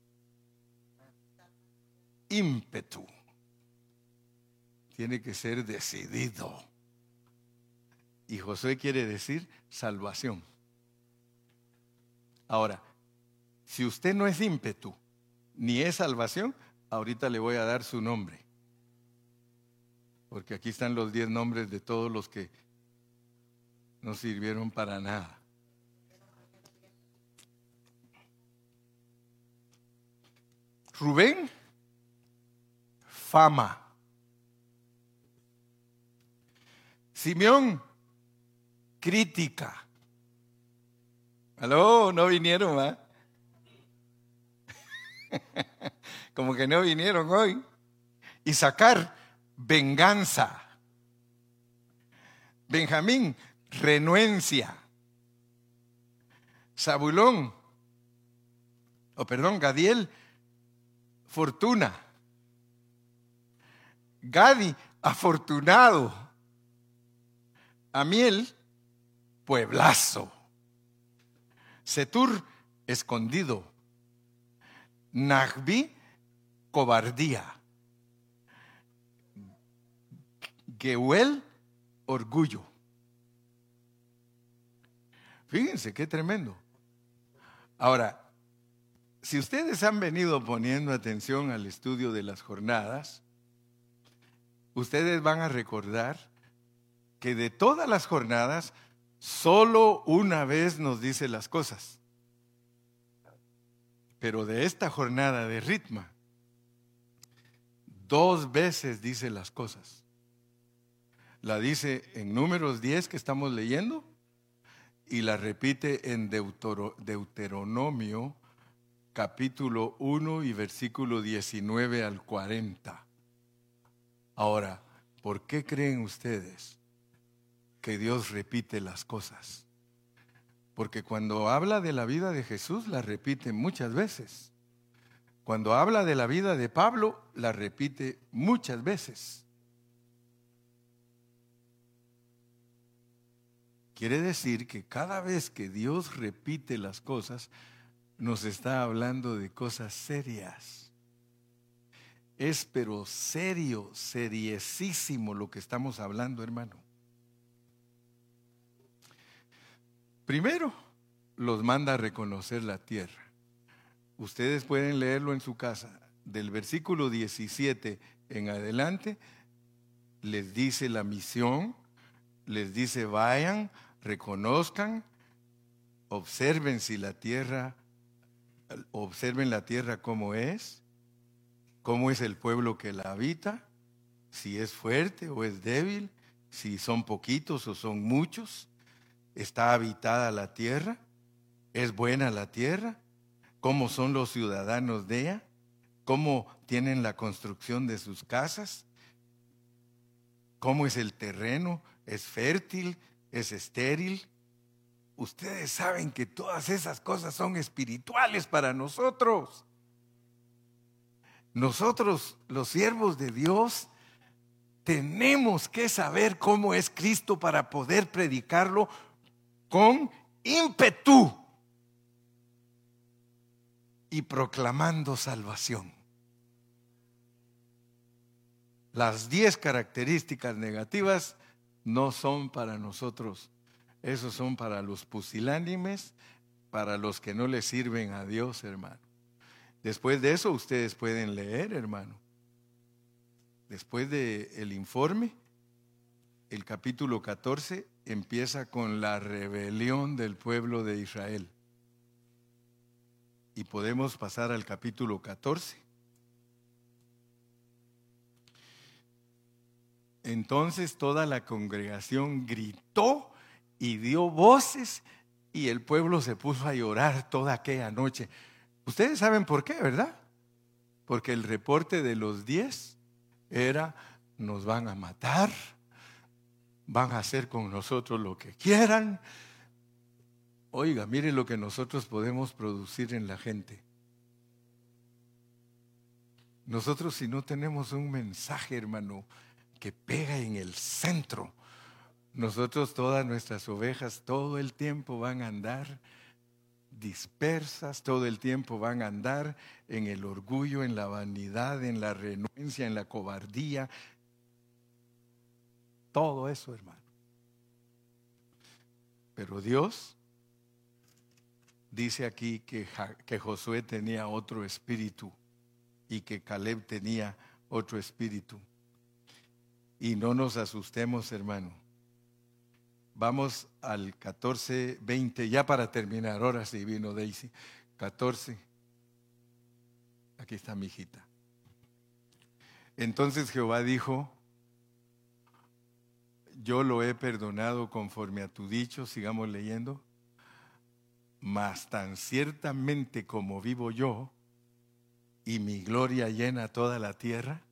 Ímpetu. Tiene que ser decidido. Y Josué quiere decir salvación. Ahora, si usted no es ímpetu, ni es salvación, ahorita le voy a dar su nombre. Porque aquí están los 10 nombres de todos los que no sirvieron para nada. Rubén, fama. Simeón, crítica. ¿Aló? ¿No vinieron, va? Como que no vinieron hoy. Isaacar, venganza. Benjamín, renuencia. Zabulón, Gadiel, fortuna. Gadi, afortunado. Amiel, pueblazo. Setur, escondido. Nahbi, cobardía. Gehuel, orgullo. Fíjense qué tremendo. Ahora, si ustedes han venido poniendo atención al estudio de las jornadas, ustedes van a recordar que de todas las jornadas, solo una vez nos dice las cosas. Pero de esta jornada de Ritma, 2 veces dice las cosas. La dice en Números 10 que estamos leyendo y la repite en Deuteronomio capítulo 1 y versículo 19 al 40. Ahora, ¿por qué creen ustedes que Dios repite las cosas? Porque cuando habla de la vida de Jesús, la repite muchas veces. Cuando habla de la vida de Pablo, la repite muchas veces. Quiere decir que cada vez que Dios repite las cosas, nos está hablando de cosas serias. Es pero serio, seriesísimo lo que estamos hablando, hermano. Primero, los manda a reconocer la tierra. Ustedes pueden leerlo en su casa. Del versículo 17 en adelante, les dice la misión, les dice vayan, reconozcan, observen la tierra cómo es el pueblo que la habita, si es fuerte o es débil, si son poquitos o son muchos. ¿Está habitada la tierra? ¿Es buena la tierra? ¿Cómo son los ciudadanos de ella? ¿Cómo tienen la construcción de sus casas? ¿Cómo es el terreno? ¿Es fértil? ¿Es estéril? Ustedes saben que todas esas cosas son espirituales para nosotros. Nosotros, los siervos de Dios, tenemos que saber cómo es Cristo para poder predicarlo con ímpetu y proclamando salvación. Las 10 características negativas no son para nosotros. Esos son para los pusilánimes, para los que no le sirven a Dios, hermano. Después de eso ustedes pueden leer, hermano. Después del informe, el capítulo 14 empieza con la rebelión del pueblo de Israel. Y podemos pasar al capítulo 14. Entonces toda la congregación gritó y dio voces y el pueblo se puso a llorar toda aquella noche. Ustedes saben por qué, ¿verdad? Porque el reporte de los 10 era: nos van a matar, van a hacer con nosotros lo que quieran. Oiga, mire lo que nosotros podemos producir en la gente. Nosotros, si no tenemos un mensaje, hermano, que pega en el centro, nosotros, todas nuestras ovejas, todo el tiempo van a andar dispersas, todo el tiempo van a andar en el orgullo, en la vanidad, en la renuencia, en la cobardía. Todo eso, hermano. Pero Dios dice aquí que Josué tenía otro espíritu y que Caleb tenía otro espíritu. Y no nos asustemos, hermano. Vamos al 14:20, ya para terminar. Ahora sí vino Daisy. 14. Aquí está mi hijita. Entonces Jehová dijo: yo lo he perdonado conforme a tu dicho. Sigamos leyendo. Mas tan ciertamente como vivo yo, y mi gloria llena toda la tierra,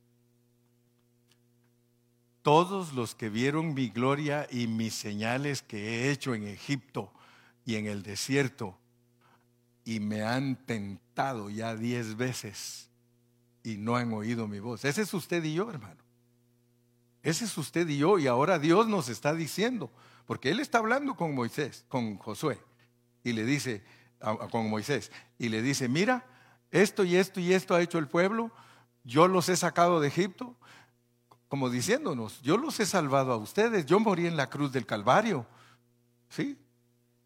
todos los que vieron mi gloria y mis señales que he hecho en Egipto y en el desierto, y me han tentado ya 10 veces y no han oído mi voz. Ese es usted y yo, hermano. Ese es usted y yo. Y ahora Dios nos está diciendo, porque Él está hablando con Moisés, con Josué, y le dice, con Moisés, y le dice: mira, esto y esto y esto ha hecho el pueblo, yo los he sacado de Egipto, como diciéndonos, yo los he salvado a ustedes, yo morí en la cruz del Calvario, ¿sí?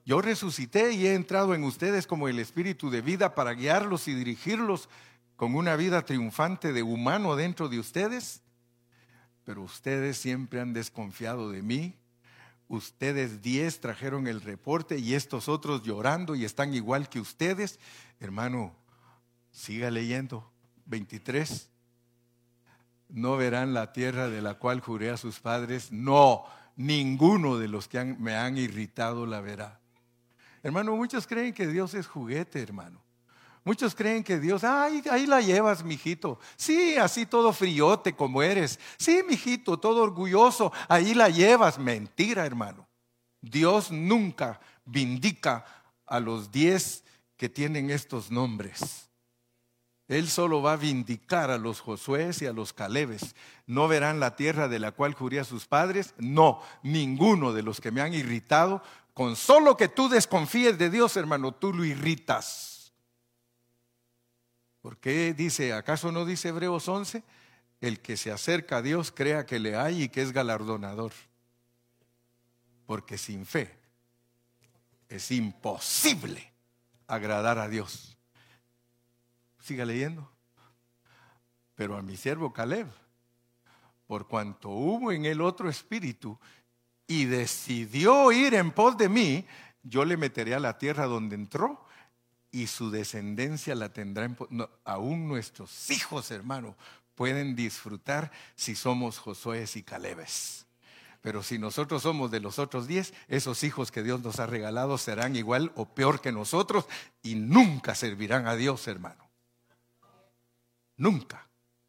Yo resucité y he entrado en ustedes como el espíritu de vida para guiarlos y dirigirlos con una vida triunfante de humano dentro de ustedes. Pero ustedes siempre han desconfiado de mí. Ustedes 10 trajeron el reporte y estos otros llorando y están igual que ustedes. Hermano, siga leyendo. 23. No verán la tierra de la cual juré a sus padres. No, ninguno de los que me han irritado la verá. Hermano, muchos creen que Dios es juguete, hermano. Muchos creen que Dios, ay, ahí la llevas, mijito. Sí, así todo friote como eres. Sí, mijito, todo orgulloso, ahí la llevas. Mentira, hermano. Dios nunca vindica a los 10 que tienen estos nombres. Él solo va a vindicar a los Josués y a los Calebes. ¿No verán la tierra de la cual juré a sus padres? No, ninguno de los que me han irritado. Con solo que tú desconfíes de Dios, hermano, tú lo irritas. ¿Por qué dice, acaso no dice Hebreos 11? El que se acerca a Dios crea que le hay y que es galardonador. Porque sin fe es imposible agradar a Dios. Siga leyendo. Pero a mi siervo Caleb, por cuanto hubo en él otro espíritu y decidió ir en pos de mí, yo le meteré a la tierra donde entró y su descendencia la tendrá en pos. No, aún nuestros hijos, hermano, pueden disfrutar si somos Josué y Calebes. Pero si nosotros somos de los otros 10, esos hijos que Dios nos ha regalado serán igual o peor que nosotros y nunca servirán a Dios, hermano. Nunca.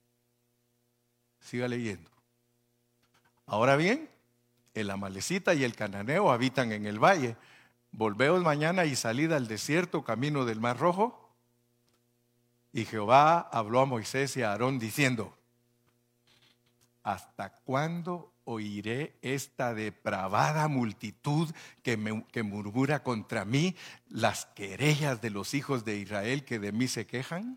Siga leyendo. Ahora bien, el amalecita y el cananeo habitan en el valle. Volveos mañana y salid al desierto, camino del Mar Rojo. Y Jehová habló a Moisés y a Aarón diciendo: ¿hasta cuándo oiré esta depravada multitud que murmura contra mí las querellas de los hijos de Israel que de mí se quejan?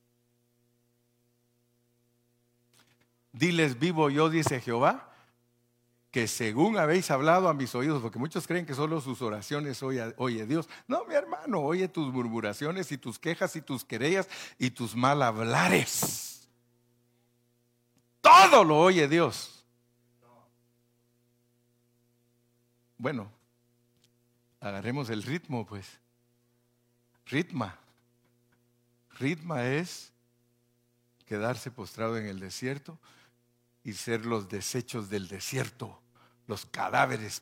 Diles, vivo yo, dice Jehová, que según habéis hablado a mis oídos, porque muchos creen que solo sus oraciones oye Dios. No, mi hermano, oye tus murmuraciones y tus quejas y tus querellas y tus mal hablares. Todo lo oye Dios. Bueno, agarremos el ritmo, pues. Ritma es quedarse postrado en el desierto y ser los desechos del desierto, los cadáveres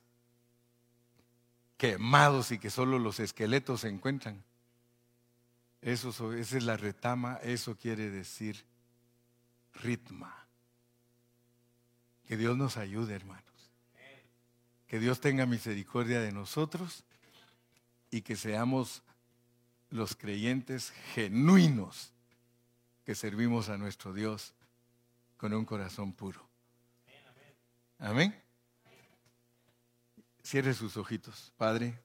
quemados y que solo los esqueletos se encuentran. Esa es la retama, eso quiere decir ritma. Que Dios nos ayude, hermanos. Que Dios tenga misericordia de nosotros y que seamos los creyentes genuinos que servimos a nuestro Dios con un corazón puro. Amén. Cierre sus ojitos. Padre,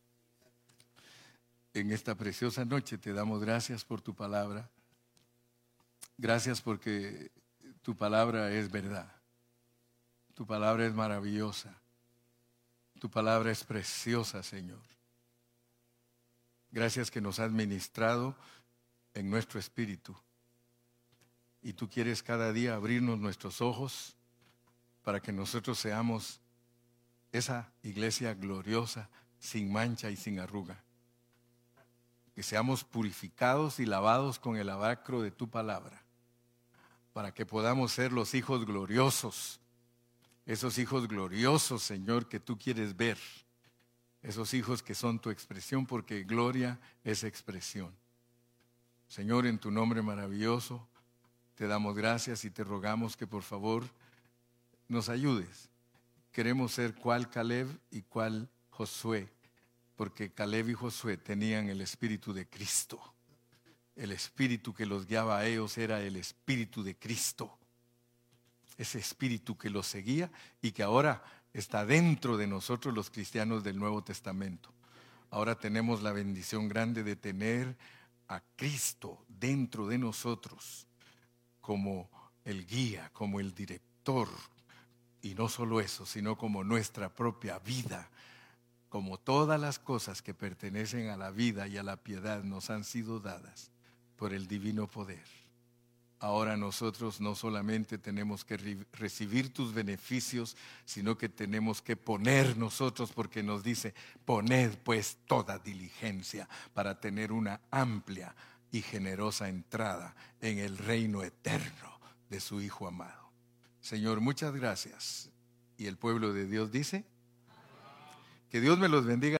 en esta preciosa noche te damos gracias por tu palabra. Gracias porque tu palabra es verdad. Tu palabra es maravillosa. Tu palabra es preciosa, Señor. Gracias que nos has ministrado en nuestro espíritu. Y tú quieres cada día abrirnos nuestros ojos para que nosotros seamos esa iglesia gloriosa, sin mancha y sin arruga. Que seamos purificados y lavados con el lavacro de tu palabra, para que podamos ser los hijos gloriosos, esos hijos gloriosos, Señor, que tú quieres ver, esos hijos que son tu expresión, porque gloria es expresión. Señor, en tu nombre maravilloso, te damos gracias y te rogamos que por favor nos ayudes. Queremos ser cual Caleb y cual Josué, porque Caleb y Josué tenían el espíritu de Cristo. El espíritu que los guiaba a ellos era el espíritu de Cristo. Ese espíritu que los seguía y que ahora está dentro de nosotros los cristianos del Nuevo Testamento. Ahora tenemos la bendición grande de tener a Cristo dentro de nosotros como el guía, como el director, y no solo eso, sino como nuestra propia vida, como todas las cosas que pertenecen a la vida y a la piedad nos han sido dadas por el divino poder. Ahora nosotros no solamente tenemos que recibir tus beneficios, sino que tenemos que poner nosotros, porque nos dice, poned pues toda diligencia para tener una amplia y generosa entrada en el reino eterno de su Hijo amado. Señor, muchas gracias. Y el pueblo de Dios dice, que Dios me los bendiga.